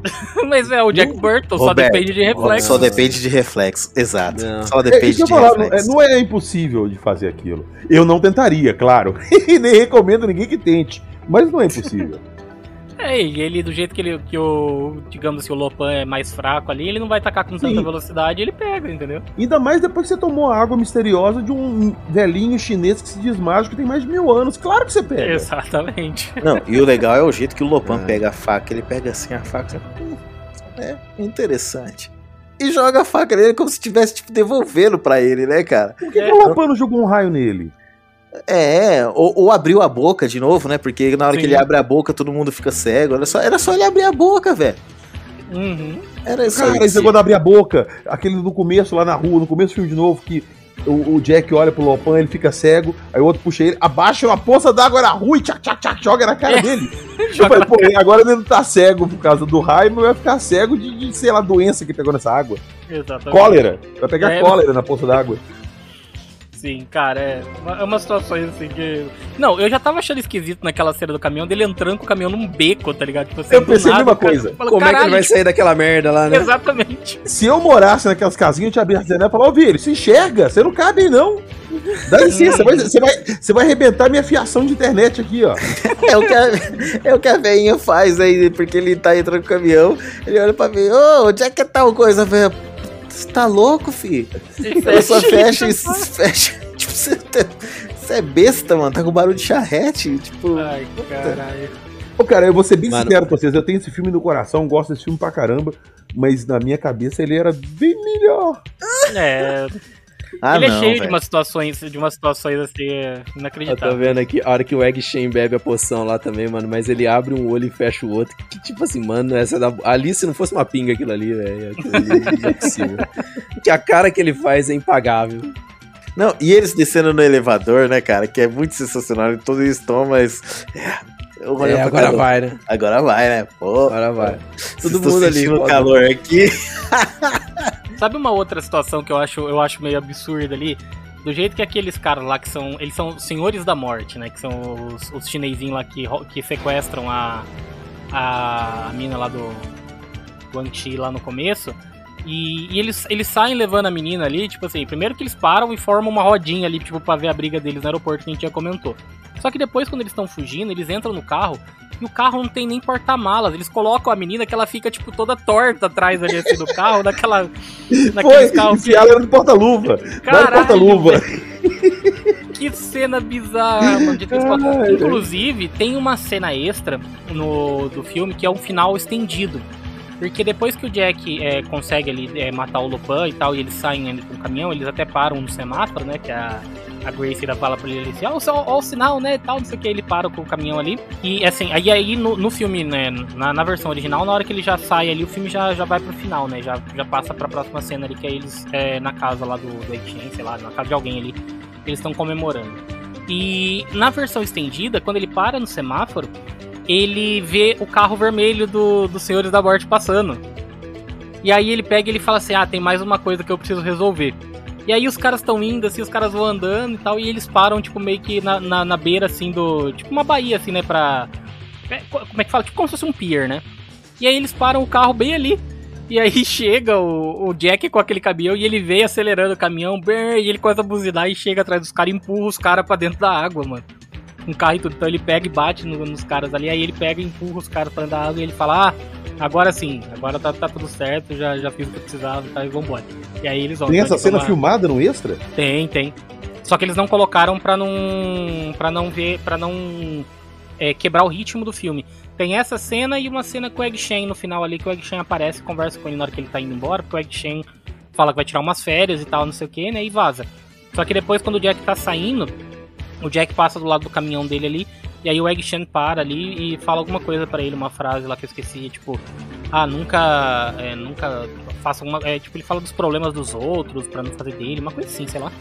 Mas é o Jack Burton, só Roberto, depende de reflexo. Só depende de reflexo, exato. Não. Só É, depende isso que eu de ia falar, não, é, reflexo. não é impossível de fazer aquilo. Eu não tentaria, claro. E nem recomendo ninguém que tente. Mas não é impossível. É, e ele, do jeito que ele, que o, digamos assim, o Lopan é mais fraco ali, ele não vai tacar com tanta Sim. velocidade, ele pega, entendeu? Ainda mais depois que você tomou a água misteriosa de um velhinho chinês que se diz mágico que tem mais de mil anos. Claro que você pega. Exatamente. Não, e o legal é o jeito que o Lopan É. pega a faca. Ele pega assim a faca. Hum, é interessante. E joga a faca nele como se estivesse tipo, devolvendo pra ele, né, cara? Por que, É. que o Lopan não jogou um raio nele? É, ou, ou abriu a boca de novo, né? Porque na hora Sim. que ele abre a boca, todo mundo fica cego. Era só, era só ele abrir a boca, velho. Uhum. Era só Cara, esse isso. negócio de abrir a boca, aquele no começo, lá na rua, no começo do filme de novo, que o, o Jack olha pro Lopan, ele fica cego, aí o outro puxa ele, abaixa uma poça d'água na rua e tchac, tchac, tchac, joga na cara É. dele. Eu Joga falei, na pô, agora ele não tá cego por causa do raio, mas vai ficar cego de, de, sei lá, doença que pegou nessa água. Exatamente. Cólera. Vai pegar É. cólera na poça d'água. Sim, cara, é uma, é uma situação assim que... Não, eu já tava achando esquisito naquela cena do caminhão, dele entrando com o caminhão num beco, tá ligado? Tipo, assim, Eu do pensei a nada, mesma o cara coisa. fala, Como é que ele "Caralho, vai sair daquela merda lá, né? Exatamente. Se eu morasse naquelas casinhas, eu te abria a janela e falava, ô Vírus, se enxerga, você não cabe aí não. Dá licença, você vai, você, vai, você vai arrebentar minha fiação de internet aqui, ó. É o que a, é o que a velhinha faz aí, porque ele tá entrando no caminhão, ele olha pra mim, ô, onde é que é tal coisa, velho? Você tá louco, filho? Ela só fecha e fecha. Tipo, você, tá- você é besta, mano, tá com barulho de charrete, tipo... Ai, caralho. Ô, cara, eu vou ser bem Mano. sincero com vocês, eu tenho esse filme no coração, gosto desse filme pra caramba, mas na minha cabeça ele era bem melhor. É, Ah, ele não, é cheio de velho. umas situações, de umas situações assim, é, Eu tô inacreditáveis. vendo aqui, a hora que o Egg Shen bebe a poção lá também, mano, mas ele abre um olho e fecha o outro. Que tipo assim, mano, essa da... ali se não fosse uma pinga aquilo ali, velho, aquilo ali não é possível. Que a cara que ele faz é impagável. Não, e eles descendo no elevador, né, cara, que é muito sensacional, todos eles estão, mas... Eu olho É, pra agora cada um. vai, né? Agora vai, né? Pô, Agora vai. todo Todo mundo mundo ali, sentindo o pode- calor aqui. Sabe uma outra situação que eu acho, eu acho meio absurda ali? Do jeito que aqueles caras lá que são. Eles são senhores da morte, né? Que são os, os chinesinhos lá que, rou- que sequestram a. A mina lá do. Do Anchi lá no começo. E, e eles, eles saem levando a menina ali, tipo assim, primeiro que eles param e formam uma rodinha ali, tipo, pra ver a briga deles no aeroporto que a gente já comentou. Só que depois, quando eles estão fugindo, eles entram no carro e o carro não tem nem porta-malas. Eles colocam a menina que ela fica, tipo, toda torta atrás ali assim do carro, daquela. Foi, Naqueles carros que. enfiaram ela no porta-luva. Dá no Caralho, porta-luva. Que cena bizarra, mano. De três, quatro. Caralho. Inclusive, tem uma cena extra no, do filme que é um final estendido. Porque depois que o Jack é, consegue ali, é, matar o Lopan e tal, e eles saem ali com o caminhão, eles até param no semáforo, né? Que a, a Grace ainda fala pra ele assim, ó, ó, o sinal, né? Tal, não sei o que, ele para com o caminhão ali. E assim, aí, aí no, no filme, né? Na, na versão original, na hora que ele já sai ali, o filme já, já vai pro final, né? Já, já passa pra próxima cena ali, que é eles é, na casa lá do, do Etienne, sei lá, na casa de alguém ali. Eles estão comemorando. E na versão estendida, quando ele para no semáforo, ele vê o carro vermelho do, dos Senhores da Morte passando. E aí ele pega e ele fala assim, ah, tem mais uma coisa que eu preciso resolver. E aí os caras estão indo, assim, os caras vão andando e tal, e eles param, tipo, meio que na, na, na beira, assim, do... Tipo uma baía, assim, né, pra... Como é que fala? Tipo como se fosse um pier, né? E aí eles param o carro bem ali. E aí chega o, o Jack com aquele caminhão e ele vem acelerando o caminhão, brrr, e ele começa a buzinar e chega atrás dos caras e empurra os caras pra dentro da água, mano. Um carro e tudo. Então ele pega e bate no, nos caras ali, aí ele pega e empurra os caras pra dentro da água e ele fala, ah, agora sim, agora tá, tá tudo certo, já, já fiz o que eu precisava, tá, e vambora. E aí eles vão. Tem então essa eles cena vão lá- filmada no extra? Tem, tem. Só que eles não colocaram pra não. Pra não ver. Pra não é, quebrar o ritmo do filme. Tem essa cena e uma cena com o Egg Shen no final ali, que o Egg Shen aparece e conversa com ele na hora que ele tá indo embora, porque o Egg Shen fala que vai tirar umas férias e tal, não sei o que, né? E vaza. Só que depois, quando o Jack tá saindo, o Jack passa do lado do caminhão dele ali, e aí o Egg Shen para ali e fala alguma coisa pra ele, uma frase lá que eu esqueci, tipo, ah, nunca. É, nunca faça uma. É, tipo, ele fala dos problemas dos outros pra não fazer dele, uma coisa assim, sei lá.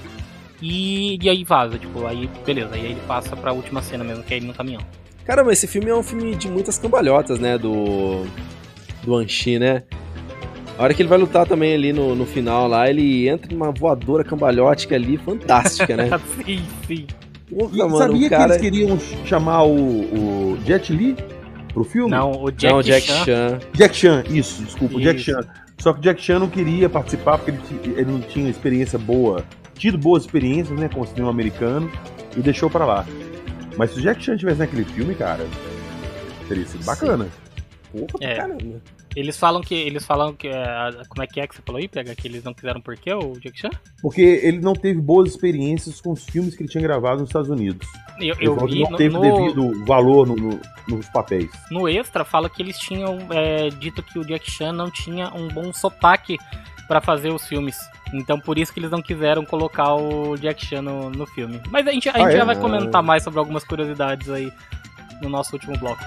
E, e aí vaza, tipo, aí beleza, aí ele passa pra última cena mesmo, que é ele no caminhão. Caramba, esse filme é um filme de muitas cambalhotas, né? Do. Do Anchi, né? A hora que ele vai lutar também ali no, no final lá, ele entra numa voadora cambalhótica ali, fantástica, né? sim, sim. Porra, E mano, sabia o cara... que eles queriam chamar o, o Jet Li pro filme? Não, o Jack, Não, Jack Chan. Chan. Jack Chan, isso, desculpa, o Jack Isso. Chan. Só que o Jack Chan não queria participar porque ele, ti- ele não tinha experiência boa, tido boas experiências, né, com o cinema americano, e deixou pra lá. Mas se o Jack Chan estivesse naquele filme, cara, teria sido bacana. Porra pra É. caramba. Eles falam que. Eles falam que. é, como é que é que você falou aí, Pega? Que eles não quiseram por quê, o Jack Chan? Porque ele não teve boas experiências com os filmes que ele tinha gravado nos Estados Unidos. Eu, Ele eu falou que vi não no, teve no, devido valor no- no- nos papéis. no extra, fala que eles tinham é, dito que o Jack Chan não tinha um bom sotaque pra fazer os filmes. Então por isso que eles não quiseram colocar o Jack Chan no, no filme. Mas a gente, a Ah, gente é? já vai comentar mais sobre algumas curiosidades aí no nosso último bloco.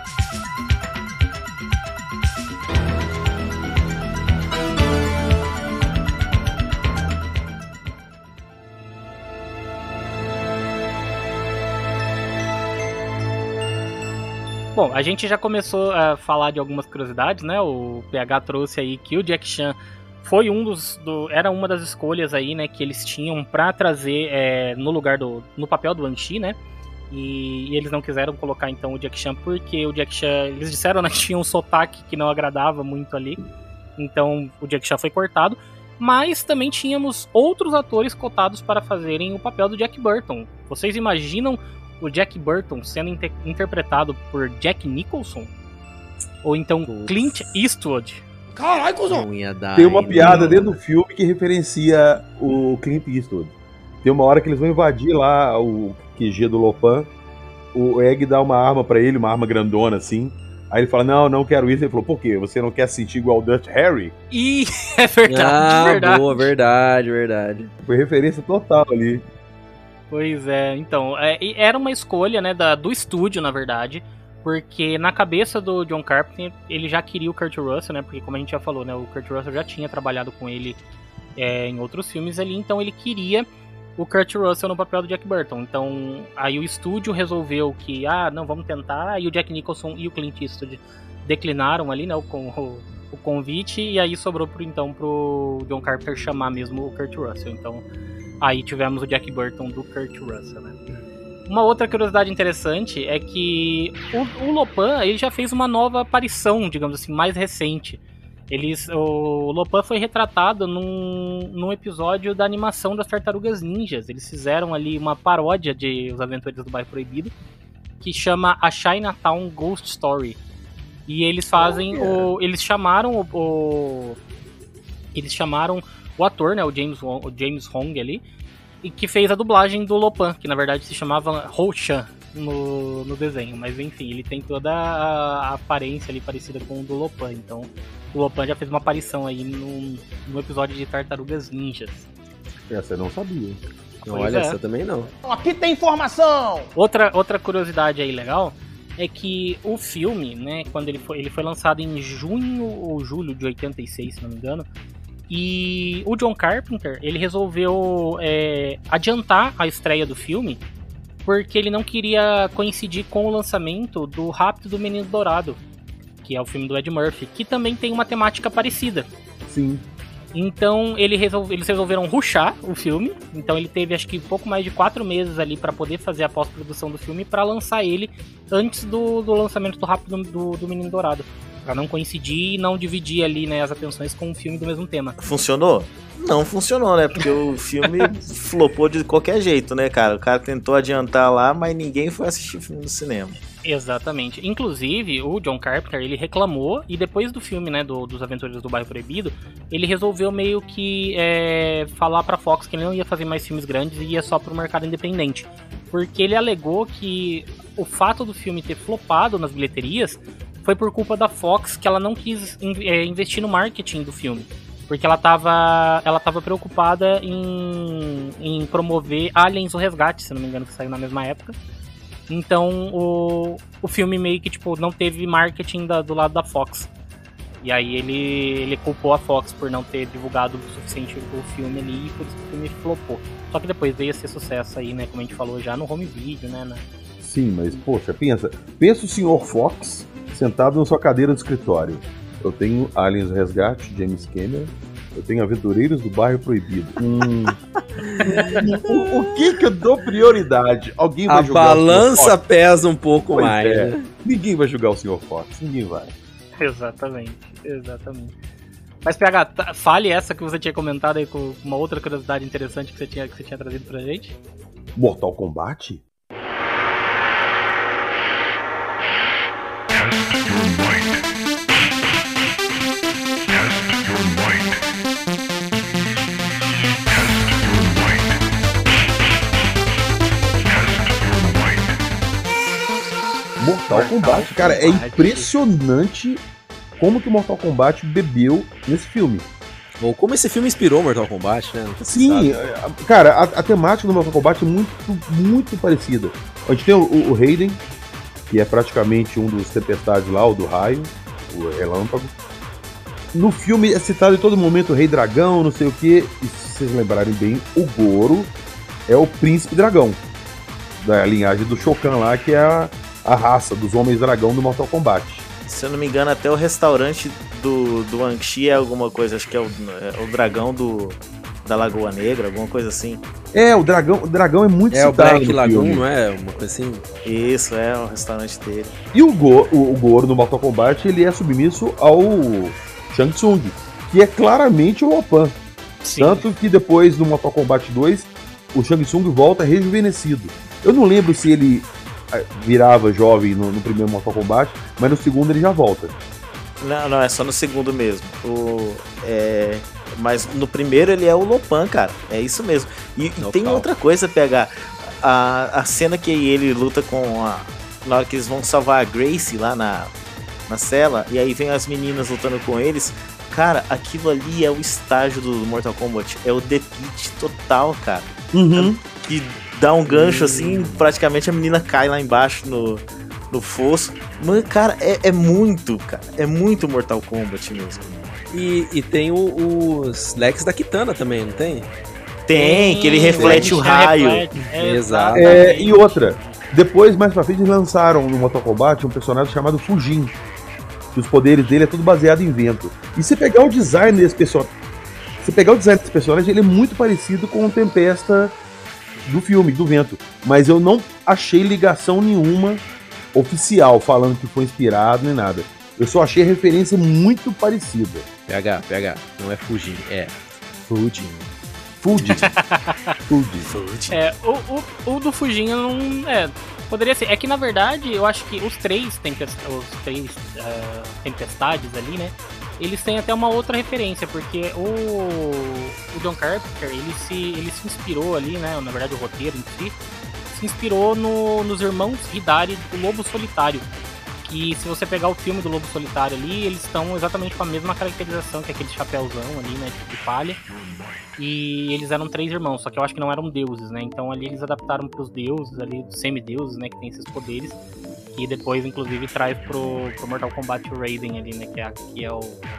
Bom, a gente já começou a falar de algumas curiosidades, né? O P H trouxe aí que o Jack Chan foi um dos, do, era uma das escolhas aí, né, que eles tinham pra trazer é, no lugar do, no papel do An-Chi, né? E, e eles não quiseram colocar então o Jack Chan porque o Jack Chan, eles disseram, né, que tinha um sotaque que não agradava muito ali. Então o Jack Chan foi cortado, mas também tínhamos outros atores cotados para fazerem o papel do Jack Burton. Vocês imaginam o Jack Burton sendo inter- interpretado por Jack Nicholson? Ou então Putz. Clint Eastwood? Caralho, cuzão. Não ia dar. Tem uma hein, piada mano? dentro do filme que referencia o Clint Eastwood. Tem uma hora que eles vão invadir lá o Q G do Lopan. O Egg dá uma arma pra ele, uma arma grandona assim. Aí ele fala, não, não quero isso. Ele falou, por quê? Você não quer se sentir igual o Dutch Harry? Ih, é verdade, Ah, verdade. boa, verdade, verdade. Foi referência total ali. Pois é, então, é, e era uma escolha, né, da, do estúdio, na verdade, porque na cabeça do John Carpenter, ele já queria o Kurt Russell, né, porque como a gente já falou, né, o Kurt Russell já tinha trabalhado com ele é, em outros filmes ali, então ele queria o Kurt Russell no papel do Jack Burton. Então, aí o estúdio resolveu que, ah, não, vamos tentar, aí o Jack Nicholson e o Clint Eastwood declinaram ali, né, o, o, o convite, e aí sobrou pro, então pro John Carpenter chamar mesmo o Kurt Russell, então aí tivemos o Jack Burton do Kurt Russell, né. Uma outra curiosidade interessante é que o, o Lopan, ele já fez uma nova aparição, digamos assim, mais recente. Eles, o Lopan foi retratado num, num episódio da animação das Tartarugas Ninjas. Eles fizeram ali uma paródia de Os Aventureiros do Bairro Proibido, que chama a Chinatown Ghost Story. E eles fazem o, eles chamaram o, o eles chamaram o ator, né, o James Wong, o James Hong ali, e que fez a dublagem do Lopan, que na verdade se chamava Ho Chan no, no desenho, mas enfim, ele tem toda a, a aparência ali parecida com o do Lopan, então o Lopan já fez uma aparição aí no, no episódio de Tartarugas Ninjas. Essa eu não sabia. Pois Olha, é. essa também não. Aqui tem informação. Outra, outra curiosidade aí legal é que o filme, né, quando ele foi, ele foi lançado em junho ou julho de oitenta e seis, se não me engano, e o John Carpenter, ele resolveu é, adiantar a estreia do filme porque ele não queria coincidir com o lançamento do Rápido do Menino Dourado, que é o filme do Ed Murphy, que também tem uma temática parecida. Sim. Então ele resolve, eles resolveram rushar o filme. Então ele teve acho que pouco mais de quatro meses ali para poder fazer a pós-produção do filme para lançar ele antes do, do lançamento do Rápido do, do Menino Dourado, para não coincidir e não dividir ali, né, as atenções com um filme do mesmo tema. Funcionou? Não funcionou, né? Porque o filme flopou de qualquer jeito, né, cara? O cara tentou adiantar lá, mas ninguém foi assistir o filme no cinema. Exatamente. Inclusive, o John Carpenter, ele reclamou, e depois do filme, né, do, dos Aventureiros do Bairro Proibido, ele resolveu meio que é, falar pra Fox que ele não ia fazer mais filmes grandes e ia só pro mercado independente. Porque ele alegou que o fato do filme ter flopado nas bilheterias foi por culpa da Fox, que ela não quis é, investir no marketing do filme. Porque ela tava, ela tava preocupada em, em promover Aliens o Resgate, se não me engano, que saiu na mesma época. Então o, o filme meio que tipo, não teve marketing da, do lado da Fox. E aí ele, ele culpou a Fox por não ter divulgado o suficiente o filme ali, e por isso que o filme flopou. Só que depois veio a ser sucesso aí, né? Como a gente falou já no home video, né? Na... Sim, mas poxa, pensa. Pensa o senhor Fox sentado na sua cadeira de escritório. Eu tenho Aliens Resgate, James Cameron. Eu tenho Aventureiros do Bairro Proibido. Hum, o, o que que eu dou prioridade? Alguém vai A julgar balança pesa um pouco Pois mais. é. Né? Ninguém vai julgar o senhor Fox. Ninguém vai. Exatamente, exatamente. Mas, P H, tá, fale essa que você tinha comentado aí com uma outra curiosidade interessante que você tinha, que você tinha trazido pra gente. Mortal Kombat? Mortal Kombat, cara, é impressionante como que o Mortal Kombat bebeu nesse filme. Ou como esse filme inspirou Mortal Kombat, né? Nunca se Sim, sabe. cara, a, a temática do Mortal Kombat é muito, muito parecida. A gente tem o, o Raiden, que é praticamente um dos tempestades lá, o do raio, o relâmpago. No filme é citado em todo momento o Rei Dragão, não sei o que. E se vocês lembrarem bem, o Goro é o Príncipe Dragão, da linhagem do Shao Kahn lá, que é a, a raça dos Homens Dragão do Mortal Kombat. Se eu não me engano, até o restaurante do, do Anxi é alguma coisa, acho que é o, é o dragão do, da Lagoa Negra, alguma coisa assim. É, o dragão, o dragão é muito É o citado Black no Lagoon, filme. não é? Uma coisa assim? Isso, é o restaurante dele. E o, Go, o, o Goro no Mortal Kombat, ele é submisso ao Shang Tsung, que é claramente o Lopan. Sim. Tanto que depois no Mortal Kombat dois, o Shang Tsung volta rejuvenescido. Eu não lembro se ele virava jovem no, no primeiro Mortal Kombat, mas no segundo ele já volta. Não, não, é só no segundo mesmo. O, é, mas no primeiro ele é o Lopan, cara. É isso mesmo. E, e tem outra coisa, P H. A, a cena que ele luta com a... Na hora que eles vão salvar a Gracie lá na, na cela, e aí vem as meninas lutando com eles. Cara, aquilo ali é o estágio do Mortal Kombat. É o The Pit total, cara. Uhum. Que dá um gancho assim, praticamente a menina cai lá embaixo no, no fosso. Mano, cara, é, é muito, cara. É muito Mortal Kombat mesmo. E, e tem o, os Lex da Kitana também, não tem? Tem, que ele reflete o raio. Reflete, é, Exato. É, e outra, depois, mais pra frente, eles lançaram no Mortal Kombat um personagem chamado Fujin. Que os poderes dele é tudo baseado em vento. E se pegar o design desse personagem. Se pegar o design desse personagem, ele é muito parecido com o Tempesta do filme, do vento. Mas eu não achei ligação nenhuma oficial falando que foi inspirado nem nada. Eu só achei a referência muito parecida. P H, P H, não é Fujin, é Fujin. Fujin. Fujin. É, o, o, o do Fujin eu não. É, poderia ser. É que na verdade eu acho que os três, tempest, os três uh, tempestades ali, né? Eles têm até uma outra referência, porque o, o John Carpenter, ele se, ele se inspirou ali, né? Na verdade o roteiro em si, se inspirou no, nos irmãos Hidari do Lobo Solitário. Que se você pegar o filme do Lobo Solitário ali, eles estão exatamente com a mesma caracterização, que é aquele chapéuzão ali, né, tipo de palha. E eles eram três irmãos, só que eu acho que não eram deuses, né? Então ali eles adaptaram pros deuses ali, dos semideuses, né, que tem esses poderes. E depois, inclusive, traz pro, pro Mortal Kombat o Raiden ali, né, que é, que é o,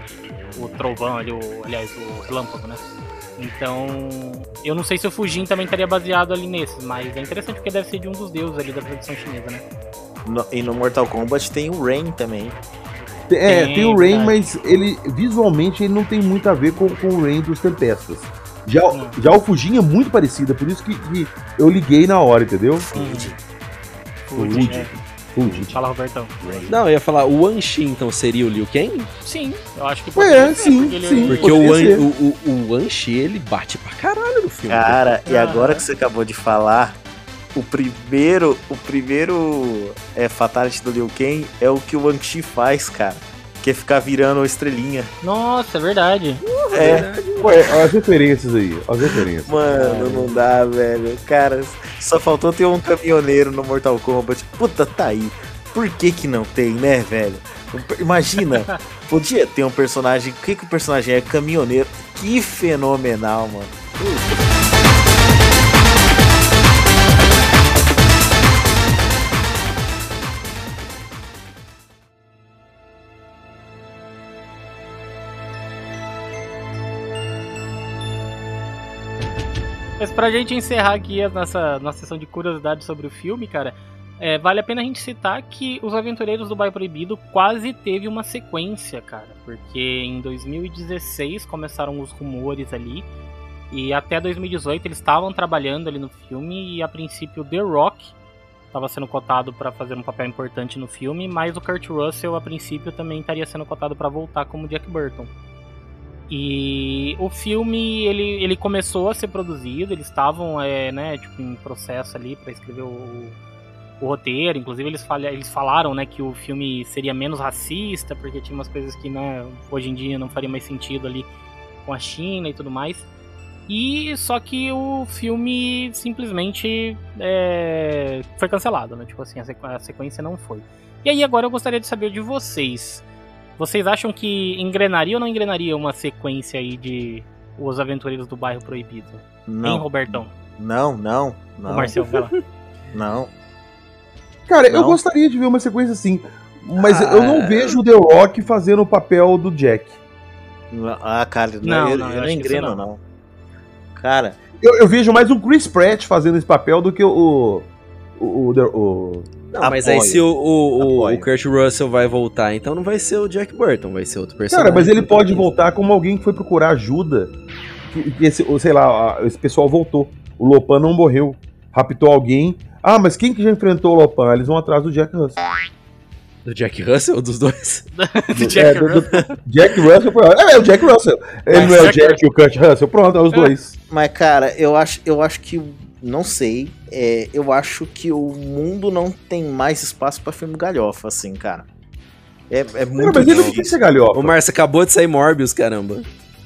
o trovão ali, o, aliás, o relâmpago, né? Então, eu não sei se o Fujin também estaria baseado ali nesses, mas é interessante porque deve ser de um dos deuses ali da tradição chinesa, né? No, e no Mortal Kombat tem o Rain também. É, Tem, tem o Rain, verdade. mas ele visualmente ele não tem muito a ver com, com o Rain dos Tempestas. Já, já o Fujin é muito parecido, é por isso que, que eu liguei na hora, entendeu? Fujin. Fujin. É. Fujin. Fala, Robertão. Não, eu ia falar, o Wan Xin, então, seria o Liu Kang? Sim, eu acho que É, ser, sim, porque ele- sim. Porque o Poderia Wan, ser. o, o, o Wan Xin, ele bate pra caralho no filme. Cara, e Ah. agora que você acabou de falar, o primeiro, o primeiro é, Fatality do Liu Kang é o que o Wang Chi faz, cara. Que é ficar virando a estrelinha. Nossa, é verdade. É, Ué, olha as referências aí, olha as referências. mano, não dá, velho. Cara, só faltou ter um caminhoneiro no Mortal Kombat. Puta, tá aí. Por que que não tem, né, velho? Imagina, podia ter um personagem. O que que o personagem é? Caminhoneiro. Que fenomenal, mano. Mas pra gente encerrar aqui a nossa, nossa sessão de curiosidades sobre o filme, cara, é, vale a pena a gente citar que Os Aventureiros do Bairro Proibido quase teve uma sequência, cara. Porque em dois mil e dezesseis começaram os rumores ali E até dois mil e dezoito eles estavam trabalhando ali no filme e a princípio The Rock estava sendo cotado para fazer um papel importante no filme, mas o Kurt Russell a princípio também estaria sendo cotado para voltar como Jack Burton. E o filme ele, ele começou a ser produzido, eles estavam é, né, tipo, em processo ali para escrever o, o roteiro, inclusive eles, falha, eles falaram, né, que o filme seria menos racista, porque tinha umas coisas que, né, hoje em dia não faria mais sentido ali com a China e tudo mais. E só que o filme simplesmente é, foi cancelado, né? Tipo assim, a, sequ- a sequência não foi. E aí agora eu gostaria de saber de vocês. Vocês acham que engrenaria ou não engrenaria uma sequência aí de Os Aventureiros do Bairro Proibido? Não. Hein, Robertão? Não, não, não. O Marcelo, vai lá. Não. Cara, Não. eu gostaria de ver uma sequência assim, mas Ah, eu não vejo o The Rock fazendo o papel do Jack. Ah, cara, Não, não, eu, não, eu eu não acho que isso engreno, não. não. Cara, Eu, eu vejo mais o Chris Pratt fazendo esse papel do que o. O. o, o, o... Não, mas aí Apoio. se o, o, o, Apoio. o Kurt Russell vai voltar, então não vai ser o Jack Burton, vai ser outro personagem. Cara, mas ele pode voltar como alguém que foi procurar ajuda. Que, que esse, ou sei lá, esse pessoal voltou. O Lopan não morreu. Raptou alguém. Ah, mas quem que já enfrentou o Lopan? Eles vão atrás do Jack Russell. Do Jack Russell, dos dois? Do Jack É, do- do- Russell. Jack Russell foi. É, é o Jack Russell. Ele Mas não é o Jack Jack e o Kurt Russell? Pronto, é os dois. mas cara, eu acho, eu acho que não sei. É, eu acho que o mundo não tem mais espaço pra filme galhofa, assim, cara. É, é Cara, muito mas ele não tem que difícil. ser galhofa. O Márcio acabou de sair Morbius, caramba.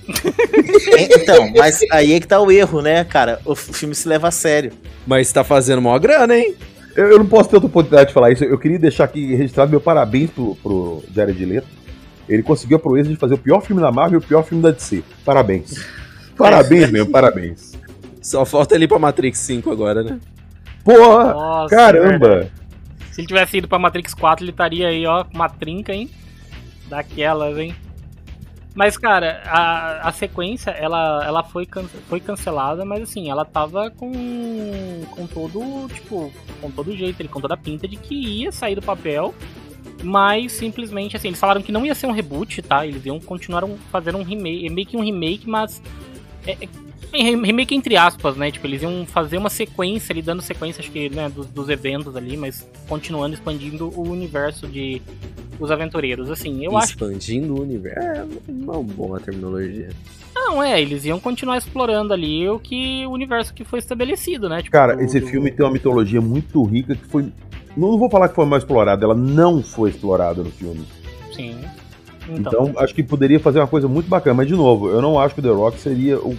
É, então, mas aí é que tá o erro, né, cara? O filme se leva a sério. Mas tá fazendo maior grana, hein? Eu, eu não posso ter outra oportunidade de falar isso. Eu queria deixar aqui registrado meu parabéns pro, pro Jared Leto. Ele conseguiu a proeza de fazer o pior filme da Marvel e o pior filme da D C. Parabéns. Parabéns mesmo, parabéns. Só falta ele ir pra Matrix cinco agora, né? Porra, Nossa, caramba. verdade. Se ele tivesse ido pra Matrix quatro, ele estaria aí, ó, com uma trinca, hein? Daquelas, hein? Mas, cara, a, a sequência, ela, ela foi, can, foi cancelada, mas assim, ela tava com, com todo, tipo, com todo jeito, com toda a pinta de que ia sair do papel, mas simplesmente, assim, eles falaram que não ia ser um reboot, tá? Eles iam continuar fazendo um remake, meio que um remake, mas... É, é, remake entre aspas, né? Tipo, eles iam fazer uma sequência ali, dando sequência, acho que, né, dos, dos eventos ali, mas continuando expandindo o universo de Os Aventureiros. Assim, eu acho. Expandindo o universo. É uma boa terminologia. Não, é, eles iam continuar explorando ali o que o universo que foi estabelecido, né? Tipo, Cara, do- esse do- filme tem uma mitologia muito rica que foi. Não vou falar que foi mal explorada, ela não foi explorada no filme. Sim. Então, Então, acho que poderia fazer uma coisa muito bacana. Mas, de novo, eu não acho que o The Rock seria o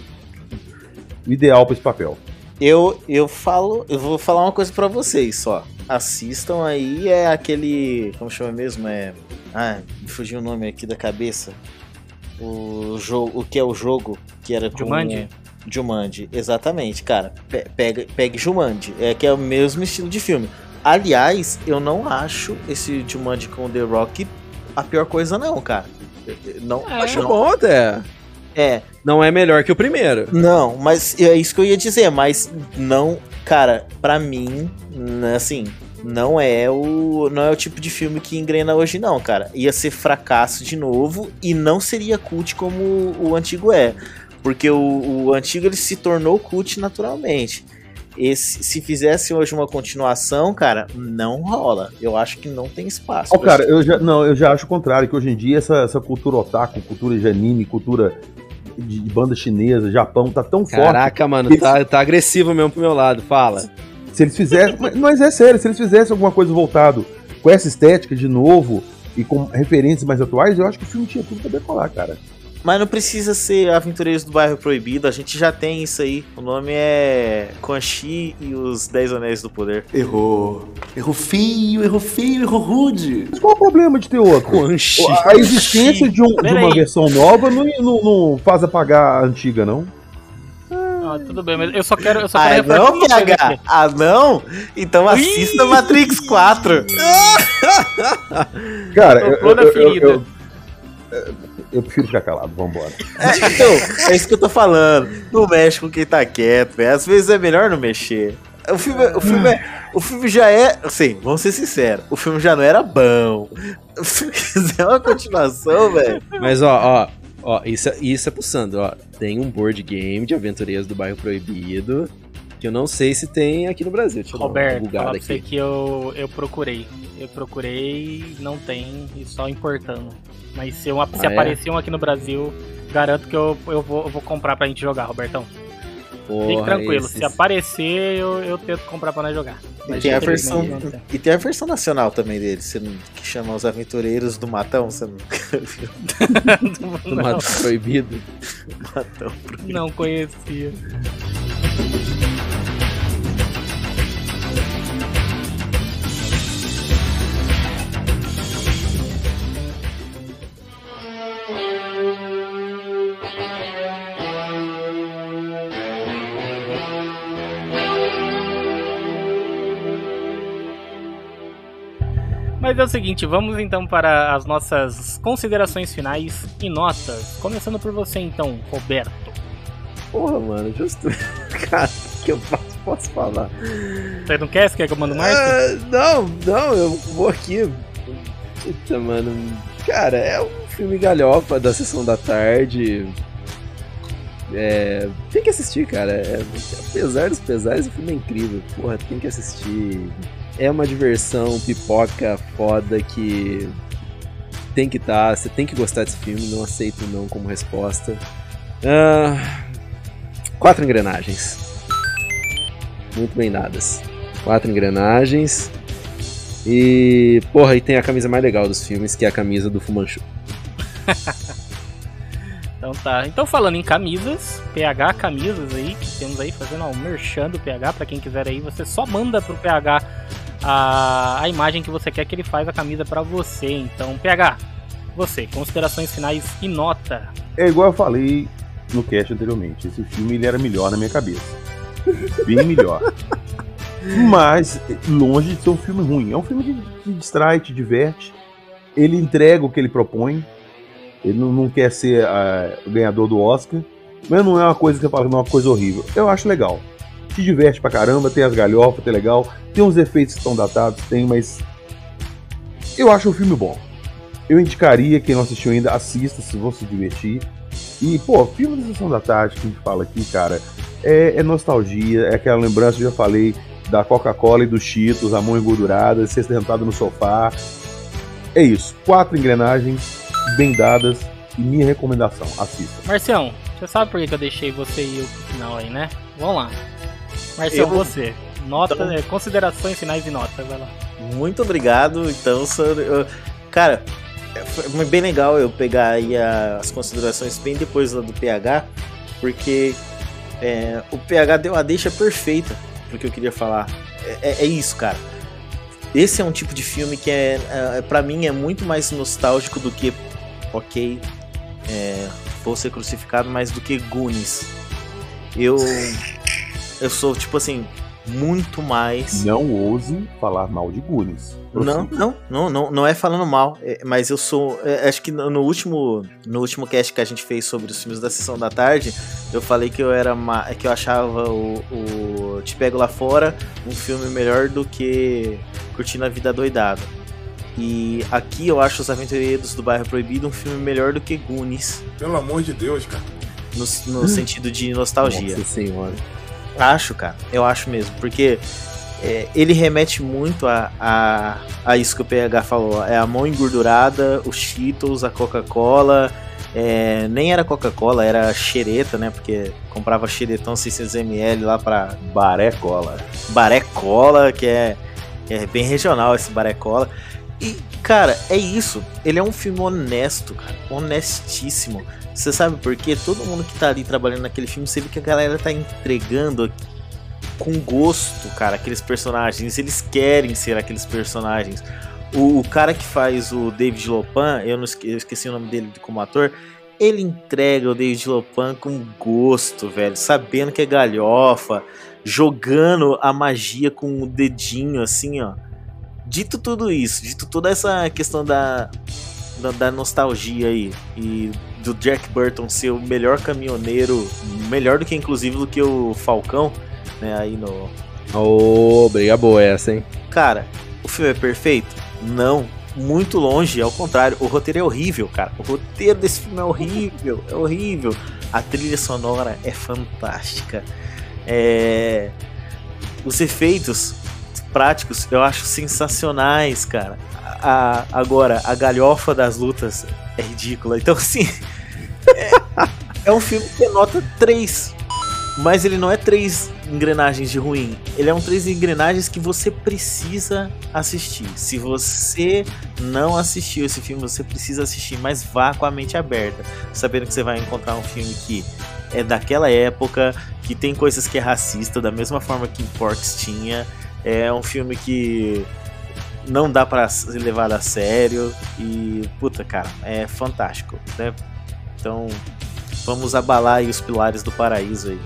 o ideal pra esse papel. Eu, eu falo, eu vou falar uma coisa pra vocês só. Assistam aí, é aquele. Como chama mesmo? É. Ah, me fugiu o nome aqui da cabeça. O jogo. O que é o jogo que era com. Jumanji? Jumanji, exatamente, cara. Pe- Pega, pegue Jumanji. É que é o mesmo estilo de filme. Aliás, eu não acho esse Jumanji com o The Rock a pior coisa, não, cara. Eu- eu Não, É. Acho não- bom até. É, Não é melhor que o primeiro. não, mas é isso que eu ia dizer, mas não, cara, pra mim, n- assim, não é o não é o tipo de filme que engrena hoje não, cara. Ia ser fracasso de novo e não seria cult como o, o antigo é, porque o, o antigo ele se tornou cult naturalmente. Esse, se fizesse hoje uma continuação, cara, não rola. Eu acho que não tem espaço. Ó, cara, eu já, não, eu já acho o contrário, que hoje em dia essa, essa cultura otaku, cultura de anime, cultura de, de banda chinesa, Japão, tá tão forte. Caraca, mano, que tá, tá agressivo mesmo pro meu lado. Fala. Se eles fizessem. mas, mas é sério, se eles fizessem alguma coisa voltado com essa estética de novo e com referências mais atuais, eu acho que o filme tinha tudo pra decolar, cara. Mas não precisa ser Aventureiros do Bairro Proibido, a gente já tem isso aí. O nome é Quan Chi e os Dez Anéis do Poder. Errou. Errou feio, errou feio, errou rude. Mas qual é o problema de ter outro? Quan Chi. A a existência de, um- de Pera uma aí. versão nova não, não, não faz apagar a antiga, não? ah, tudo bem, mas eu só quero, eu só Ah, quero refletir não, uma coisa P H? aqui. Ah, não? Então assista Matrix quatro. Cara, eu, Tocou na eu, eu, ferida. eu, eu, eu prefiro ficar calado, vambora. É, então, é isso que eu tô falando. Não mexe com quem tá quieto, velho. Às vezes é melhor não mexer. O filme, o filme, é, o filme já é. Assim, vamos ser sinceros. O filme já não era bom. Se quiser uma continuação, velho. Mas ó, ó, ó, isso, é- isso é pro Sandro, ó. tem um board game de Aventureiros do Bairro Proibido, que eu não sei se tem aqui no Brasil. Deixa eu Roberto, dar uma falar pra você aqui. que eu, eu procurei. Eu procurei, não tem, e só importando. Mas se, uma, se Ah, é? aparecer um aqui no Brasil, garanto que eu, eu, vou, eu vou comprar pra gente jogar, Robertão. Porra, Fique tranquilo, esses- se aparecer, eu, eu tento comprar pra nós jogar. E Mas tem, a infelizmente versão, não tem. e tem a versão nacional também dele, você não- que chama Os Aventureiros do Matão. Você nunca viu? Do Não. Mato Proibido. Matão Proibido. Não conhecia. Mas é o seguinte, vamos então para as nossas considerações finais e notas. Começando por você então, Roberto. Porra, mano, justo. Cara, o que eu posso, posso falar? Você não quer? Você quer que eu mando mais? Ah, não, não, eu vou aqui. Puta, mano. Cara, é um filme galhofa da Sessão da Tarde. É, tem que assistir, cara. É, apesar dos pesares, o filme é incrível. Porra, tem que assistir. É uma diversão, pipoca foda que tem que estar. Você tem que gostar desse filme. Não aceito não como resposta. Ah, quatro engrenagens. Muito bem dadas. Quatro engrenagens. E, porra, e tem a camisa mais legal dos filmes, que é a camisa do Fu Manchu. Então tá. Então falando em camisas, P H Camisas aí, que temos aí, fazendo o merchan do P H, pra quem quiser aí, você só manda pro P H a, a imagem que você quer que ele faz a camisa pra você. Então, P H, você, considerações finais e nota. É igual eu falei no cast anteriormente, esse filme ele era melhor na minha cabeça. Bem melhor. Mas longe de ser um filme ruim. É um filme que te distrai, te diverte. Ele entrega o que ele propõe. Ele não, não quer ser uh, o ganhador do Oscar. Mas não é uma coisa que você fala que é uma coisa horrível. Eu acho legal. Te diverte pra caramba, tem as galhofas, tem legal. Tem uns efeitos que estão datados, tem, mas eu acho o filme bom. Eu indicaria, quem não assistiu ainda, assista, se vão se divertir. E, pô, filme da Sessão da Tarde que a gente fala aqui, cara, é, é nostalgia, é aquela lembrança, eu já falei, da Coca-Cola e dos Cheetos, a mão engordurada, ser sentado no sofá. É isso, quatro engrenagens bem dadas e minha recomendação, assista. Marcião, você sabe por que eu deixei você ir pro final aí, né? Vamos lá. Marcião, Eu- você. Nota, Então- é, considerações finais e notas, vai lá. Muito obrigado. Então, sou- eu- cara, foi bem legal eu pegar aí a- as considerações bem depois lá do P H, porque é, o P H deu a deixa perfeita pro que eu queria falar. É, é- é isso, cara. Esse é um tipo de filme que é, é para mim é muito mais nostálgico do que, ok, é, vou ser crucificado, mais do que Goonies. Eu eu sou tipo assim muito mais. Não ouse falar mal de Goonies. Não, não, não, não, não é falando mal, é, mas eu sou, é, acho que no, no último, no último cast que a gente fez sobre os filmes da Sessão da Tarde, eu falei que eu era, ma- que eu achava o, o Te Pego Lá Fora um filme melhor do que Curtindo a Vida Doidada. E aqui eu acho Os Aventureiros do Bairro Proibido um filme melhor do que Goonies, Pelo amor de Deus, cara. no, no sentido de nostalgia. Nossa senhora. Acho, cara, eu acho mesmo, porque é, ele remete muito a, a, a isso que o P H falou, é a mão engordurada, os Cheetos, a Coca-Cola, é, nem era Coca-Cola, era xereta, né, porque comprava xeretão seiscentos mililitros lá pra Baré Cola. Baré Cola, que é, que é bem regional esse Baré Cola. E, cara, é isso. Ele é um filme honesto, cara. Honestíssimo. Você sabe por quê? Todo mundo que tá ali trabalhando naquele filme, você vê que a galera tá entregando com gosto, cara, aqueles personagens. Eles querem ser aqueles personagens. O, o cara que faz o David Lopan, eu, não esque, eu esqueci o nome dele como ator, ele entrega o David Lopan com gosto, velho. Sabendo que é galhofa, jogando a magia com o dedinho, assim, ó. Dito tudo isso, dito toda essa questão da, da, da nostalgia aí, e do Jack Burton ser o melhor caminhoneiro, melhor do que inclusive do que o Falcão, né, aí no... Ô, briga boa essa, hein? Cara, o filme é perfeito? Não, muito longe, ao contrário, o roteiro é horrível, cara, o roteiro desse filme é horrível, é horrível. A trilha sonora é fantástica. É... Os efeitos práticos eu acho sensacionais, cara. A... Agora, a galhofa das lutas é ridícula. Então, assim, é, é um filme que é nota três. Mas ele não é três engrenagens de ruim. Ele é um três engrenagens que você precisa assistir. Se você não assistiu esse filme, você precisa assistir. Mas vá com a mente aberta, sabendo que você vai encontrar um filme que é daquela época, que tem coisas que é racista, da mesma forma que Porks tinha. É um filme que não dá pra ser levado a sério. E, puta, cara, é fantástico, né? Então, vamos abalar aí os pilares do paraíso aí.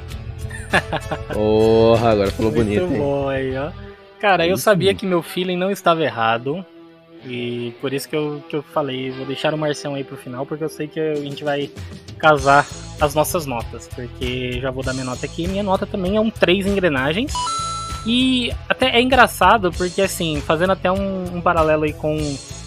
Porra, agora falou Muito bonito, hein? bom aí, ó. Cara, eu sabia que meu feeling não estava errado. E por isso que eu, que eu falei, vou deixar o Marcião aí pro final, porque eu sei que a gente vai casar as nossas notas. Porque já vou dar minha nota aqui. Minha nota também é um três engrenagens. E até é engraçado, porque assim, fazendo até um, um paralelo aí com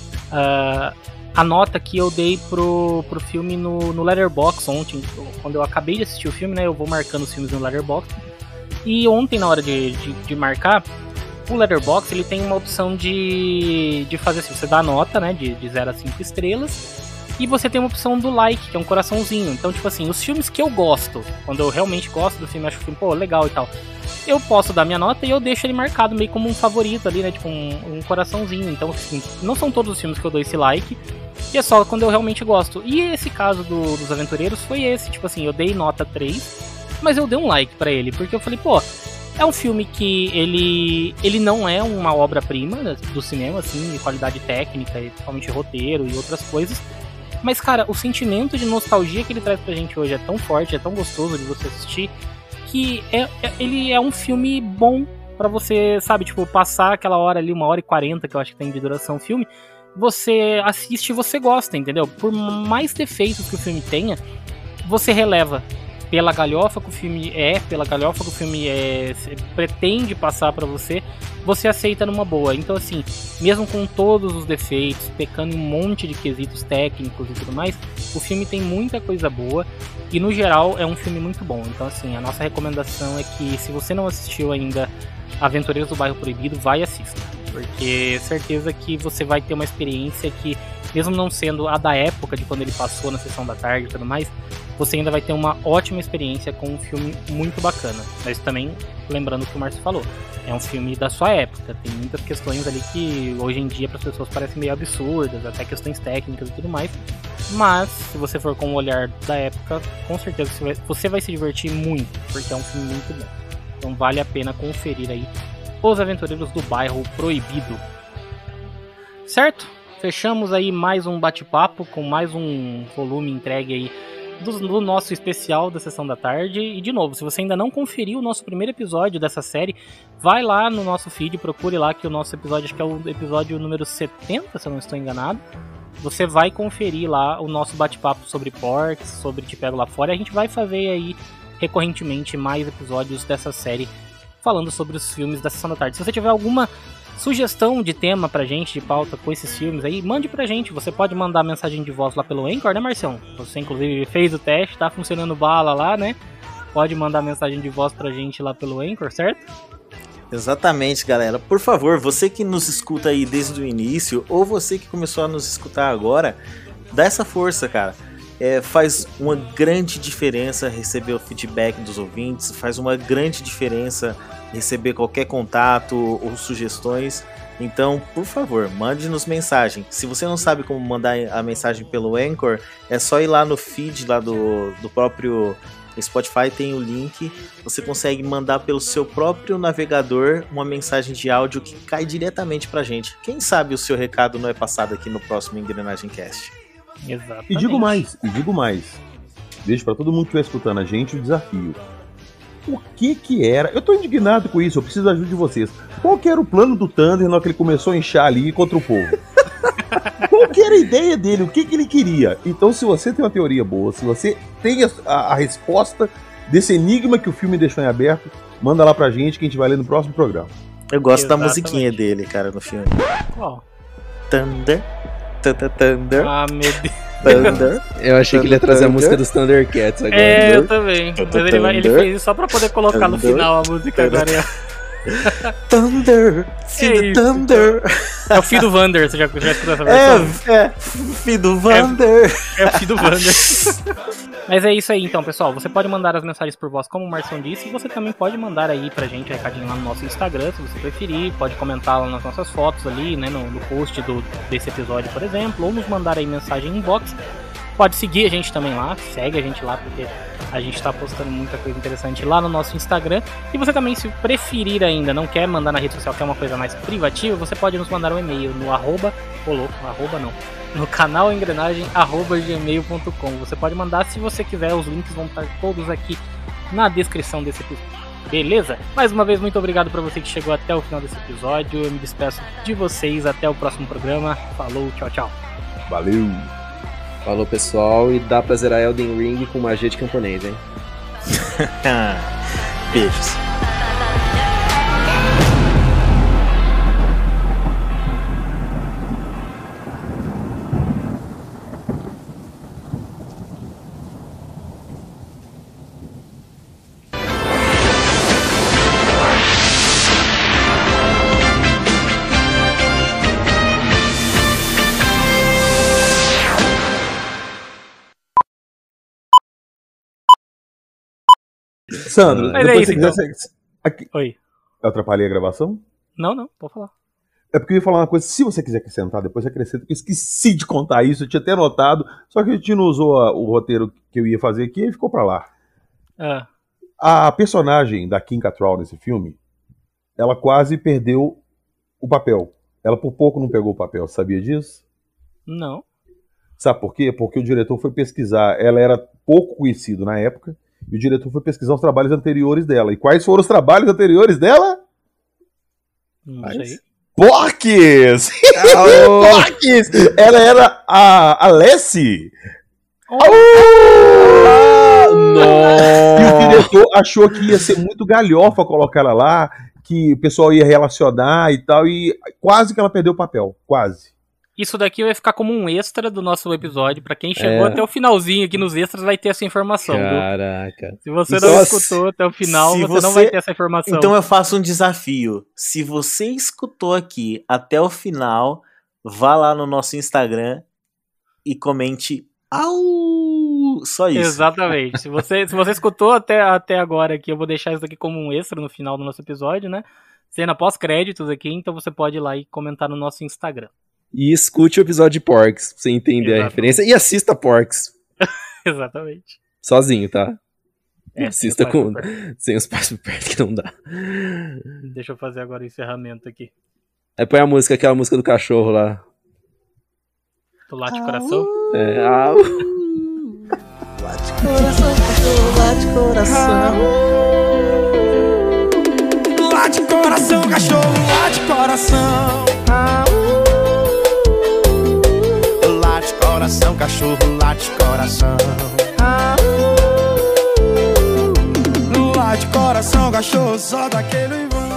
uh, a nota que eu dei pro, pro filme no, no Letterboxd ontem, quando eu acabei de assistir o filme, né, eu vou marcando os filmes no Letterboxd. E ontem, na hora de, de, de marcar, o Letterboxd, ele tem uma opção de, de fazer assim, você dá a nota, né, de, de zero a cinco estrelas, e você tem uma opção do like, que é um coraçãozinho. Então, tipo assim, os filmes que eu gosto, quando eu realmente gosto do filme, acho o filme, pô, legal e tal, eu posso dar minha nota e eu deixo ele marcado meio como um favorito ali, né, tipo um, um coraçãozinho. Então, assim, não são todos os filmes que eu dou esse like, e é só quando eu realmente gosto. E esse caso do, dos Aventureiros foi esse, tipo assim, eu dei nota três, mas eu dei um like pra ele, porque eu falei, pô, é um filme que ele, ele não é uma obra-prima do cinema, assim, de qualidade técnica, e principalmente roteiro e outras coisas. Mas, cara, o sentimento de nostalgia que ele traz pra gente hoje é tão forte, é tão gostoso de você assistir, que é, é, ele é um filme bom pra você, sabe, tipo, passar aquela hora ali, uma hora e quarenta, que eu acho que tem de duração o filme, você assiste e você gosta, entendeu? Por mais defeitos que o filme tenha, você releva pela galhofa que o filme é, pela galhofa que o filme é, pretende passar pra você, você aceita numa boa. Então, assim, mesmo com todos os defeitos, pecando em um monte de quesitos técnicos e tudo mais, o filme tem muita coisa boa e, no geral, é um filme muito bom. Então, assim, a nossa recomendação é que, se você não assistiu ainda Aventureiros do Bairro Proibido, vai e assista, porque certeza que você vai ter uma experiência que, mesmo não sendo a da época de quando ele passou na sessão da tarde e tudo mais, você ainda vai ter uma ótima experiência com um filme muito bacana. Mas também, lembrando o que o Márcio falou, é um filme da sua época, tem muitas questões ali que hoje em dia para as pessoas parecem meio absurdas, até questões técnicas e tudo mais, mas se você for com o olhar da época, com certeza você vai, você vai se divertir muito, porque é um filme muito bom. Então vale a pena conferir aí Os Aventureiros do Bairro Proibido. Certo? Fechamos aí mais um bate-papo com mais um volume entregue aí do, do nosso especial da Sessão da Tarde. E de novo, se você ainda não conferiu o nosso primeiro episódio dessa série, vai lá no nosso feed, procure lá que o nosso episódio, acho que é o episódio número setenta, se eu não estou enganado. Você vai conferir lá o nosso bate-papo sobre Porks, sobre Te Pego Lá Fora, e a gente vai fazer aí recorrentemente mais episódios dessa série falando sobre os filmes da Sessão da Tarde. Se você tiver alguma sugestão de tema pra gente, de pauta com esses filmes aí, mande pra gente. Você pode mandar mensagem de voz lá pelo Anchor, né, Marcião? Você, inclusive, fez o teste, tá funcionando bala lá, né? Pode mandar mensagem de voz pra gente lá pelo Anchor, certo? Exatamente, galera. Por favor, você que nos escuta aí desde o início, ou você que começou a nos escutar agora, dá essa força, cara. É, faz uma grande diferença receber o feedback dos ouvintes, faz uma grande diferença receber qualquer contato ou sugestões. Então, por favor, mande-nos mensagem. Se você não sabe como mandar a mensagem pelo Anchor, é só ir lá no feed lá do, do próprio Spotify, tem o link. Você consegue mandar pelo seu próprio navegador uma mensagem de áudio que cai diretamente pra gente. Quem sabe o seu recado não é passado aqui no próximo Engrenagem Cast. Exatamente. E digo mais, e digo mais. Deixo pra todo mundo que estiver escutando a gente o desafio. O que que era? Eu tô indignado com isso, eu preciso da ajuda de vocês. Qual que era o plano do Thunder na hora que ele começou a inchar ali contra o povo? Qual que era a ideia dele? O que que ele queria? Então, se você tem uma teoria boa, se você tem a, a, a resposta desse enigma que o filme deixou em aberto, manda lá pra gente que a gente vai ler no próximo programa. Eu gosto Exatamente. da musiquinha dele, cara, no filme. Qual? Thunder. Thunder. Ah, meu Deus. Thunder. Eu achei que ele ia trazer a música dos Thundercats agora. É, eu também. Mas ele, vai, ele fez isso só pra poder colocar no final a música agora. Thunder, filho do Thunder. É o filho do Vander, você já, já escutou essa versão? É, é, filho do Vander. É, é o filho do Vander. Mas é isso aí então, pessoal. Você pode mandar as mensagens por voz, como o Marcião disse, e você também pode mandar aí pra gente um recadinho lá no nosso Instagram, se você preferir. Pode comentar lá nas nossas fotos ali, né, no, no post do, desse episódio, por exemplo, ou nos mandar aí mensagem em inbox. Pode seguir a gente também lá, segue a gente lá, porque a gente tá postando muita coisa interessante lá no nosso Instagram. E você também, se preferir ainda, não quer mandar na rede social, quer uma coisa mais privativa, você pode nos mandar um e-mail no arroba, ô louco, arroba não, no canal engrenagem, arroba gmail ponto com. Você pode mandar se você quiser, os links vão estar todos aqui na descrição desse episódio. Beleza? Mais uma vez, muito obrigado pra você que chegou até o final desse episódio. Eu me despeço de vocês, até o próximo programa. Falou, tchau, tchau. Valeu! Falou, pessoal, e dá pra zerar Elden Ring com magia de camponês, hein? Beijos. Sandro, Mas depois é isso, você quiser, então. você- aqui- Oi. Eu atrapalhei a gravação? Não, não, pode falar. É porque eu ia falar uma coisa, se você quiser acrescentar, depois você acrescenta, porque eu esqueci de contar isso, eu tinha até anotado, só que a gente não usou a- o roteiro que eu ia fazer aqui e ficou pra lá. Ah, A personagem da Kim Cattrall nesse filme, ela quase perdeu o papel. Ela por pouco não pegou o papel, sabia disso? não. Sabe por quê? Porque o diretor foi pesquisar, ela era pouco conhecida na época, e o diretor foi pesquisar os trabalhos anteriores dela. E quais foram os trabalhos anteriores dela? Não Mas- sei. Porques! Aô! Porques! Ela era a, a Lessie! E o diretor achou que ia ser muito galhofa colocar ela lá, que o pessoal ia relacionar e tal, e quase que ela perdeu o papel. Quase. Isso daqui vai ficar como um extra do nosso episódio. Pra quem chegou É. até o finalzinho aqui nos extras, vai ter essa informação. viu? Caraca. Se você Então, não assim, escutou até o final, se você, não você- vai ter essa informação. Então eu faço um desafio. Se você escutou aqui até o final, vá lá no nosso Instagram e comente au! Só isso. Exatamente. Se você, se você escutou até, até agora aqui, eu vou deixar isso aqui como um extra no final do nosso episódio, né? Cena pós-créditos aqui, então você pode ir lá e comentar no nosso Instagram. E escute o episódio de Porks, pra você entender Exatamente. a referência. E assista Porks. Exatamente. Sozinho, tá? É, assista sem com... os pais sem os pais por perto, que não dá. Deixa eu fazer agora o encerramento aqui. Aí põe a música, aquela música do cachorro lá. Do Late Coração. É, au. Coração, cachorro, late coração. Late coração, cachorro, late coração. Late coração, cachorro, late coração. Late coração, cachorro, só daquele vão.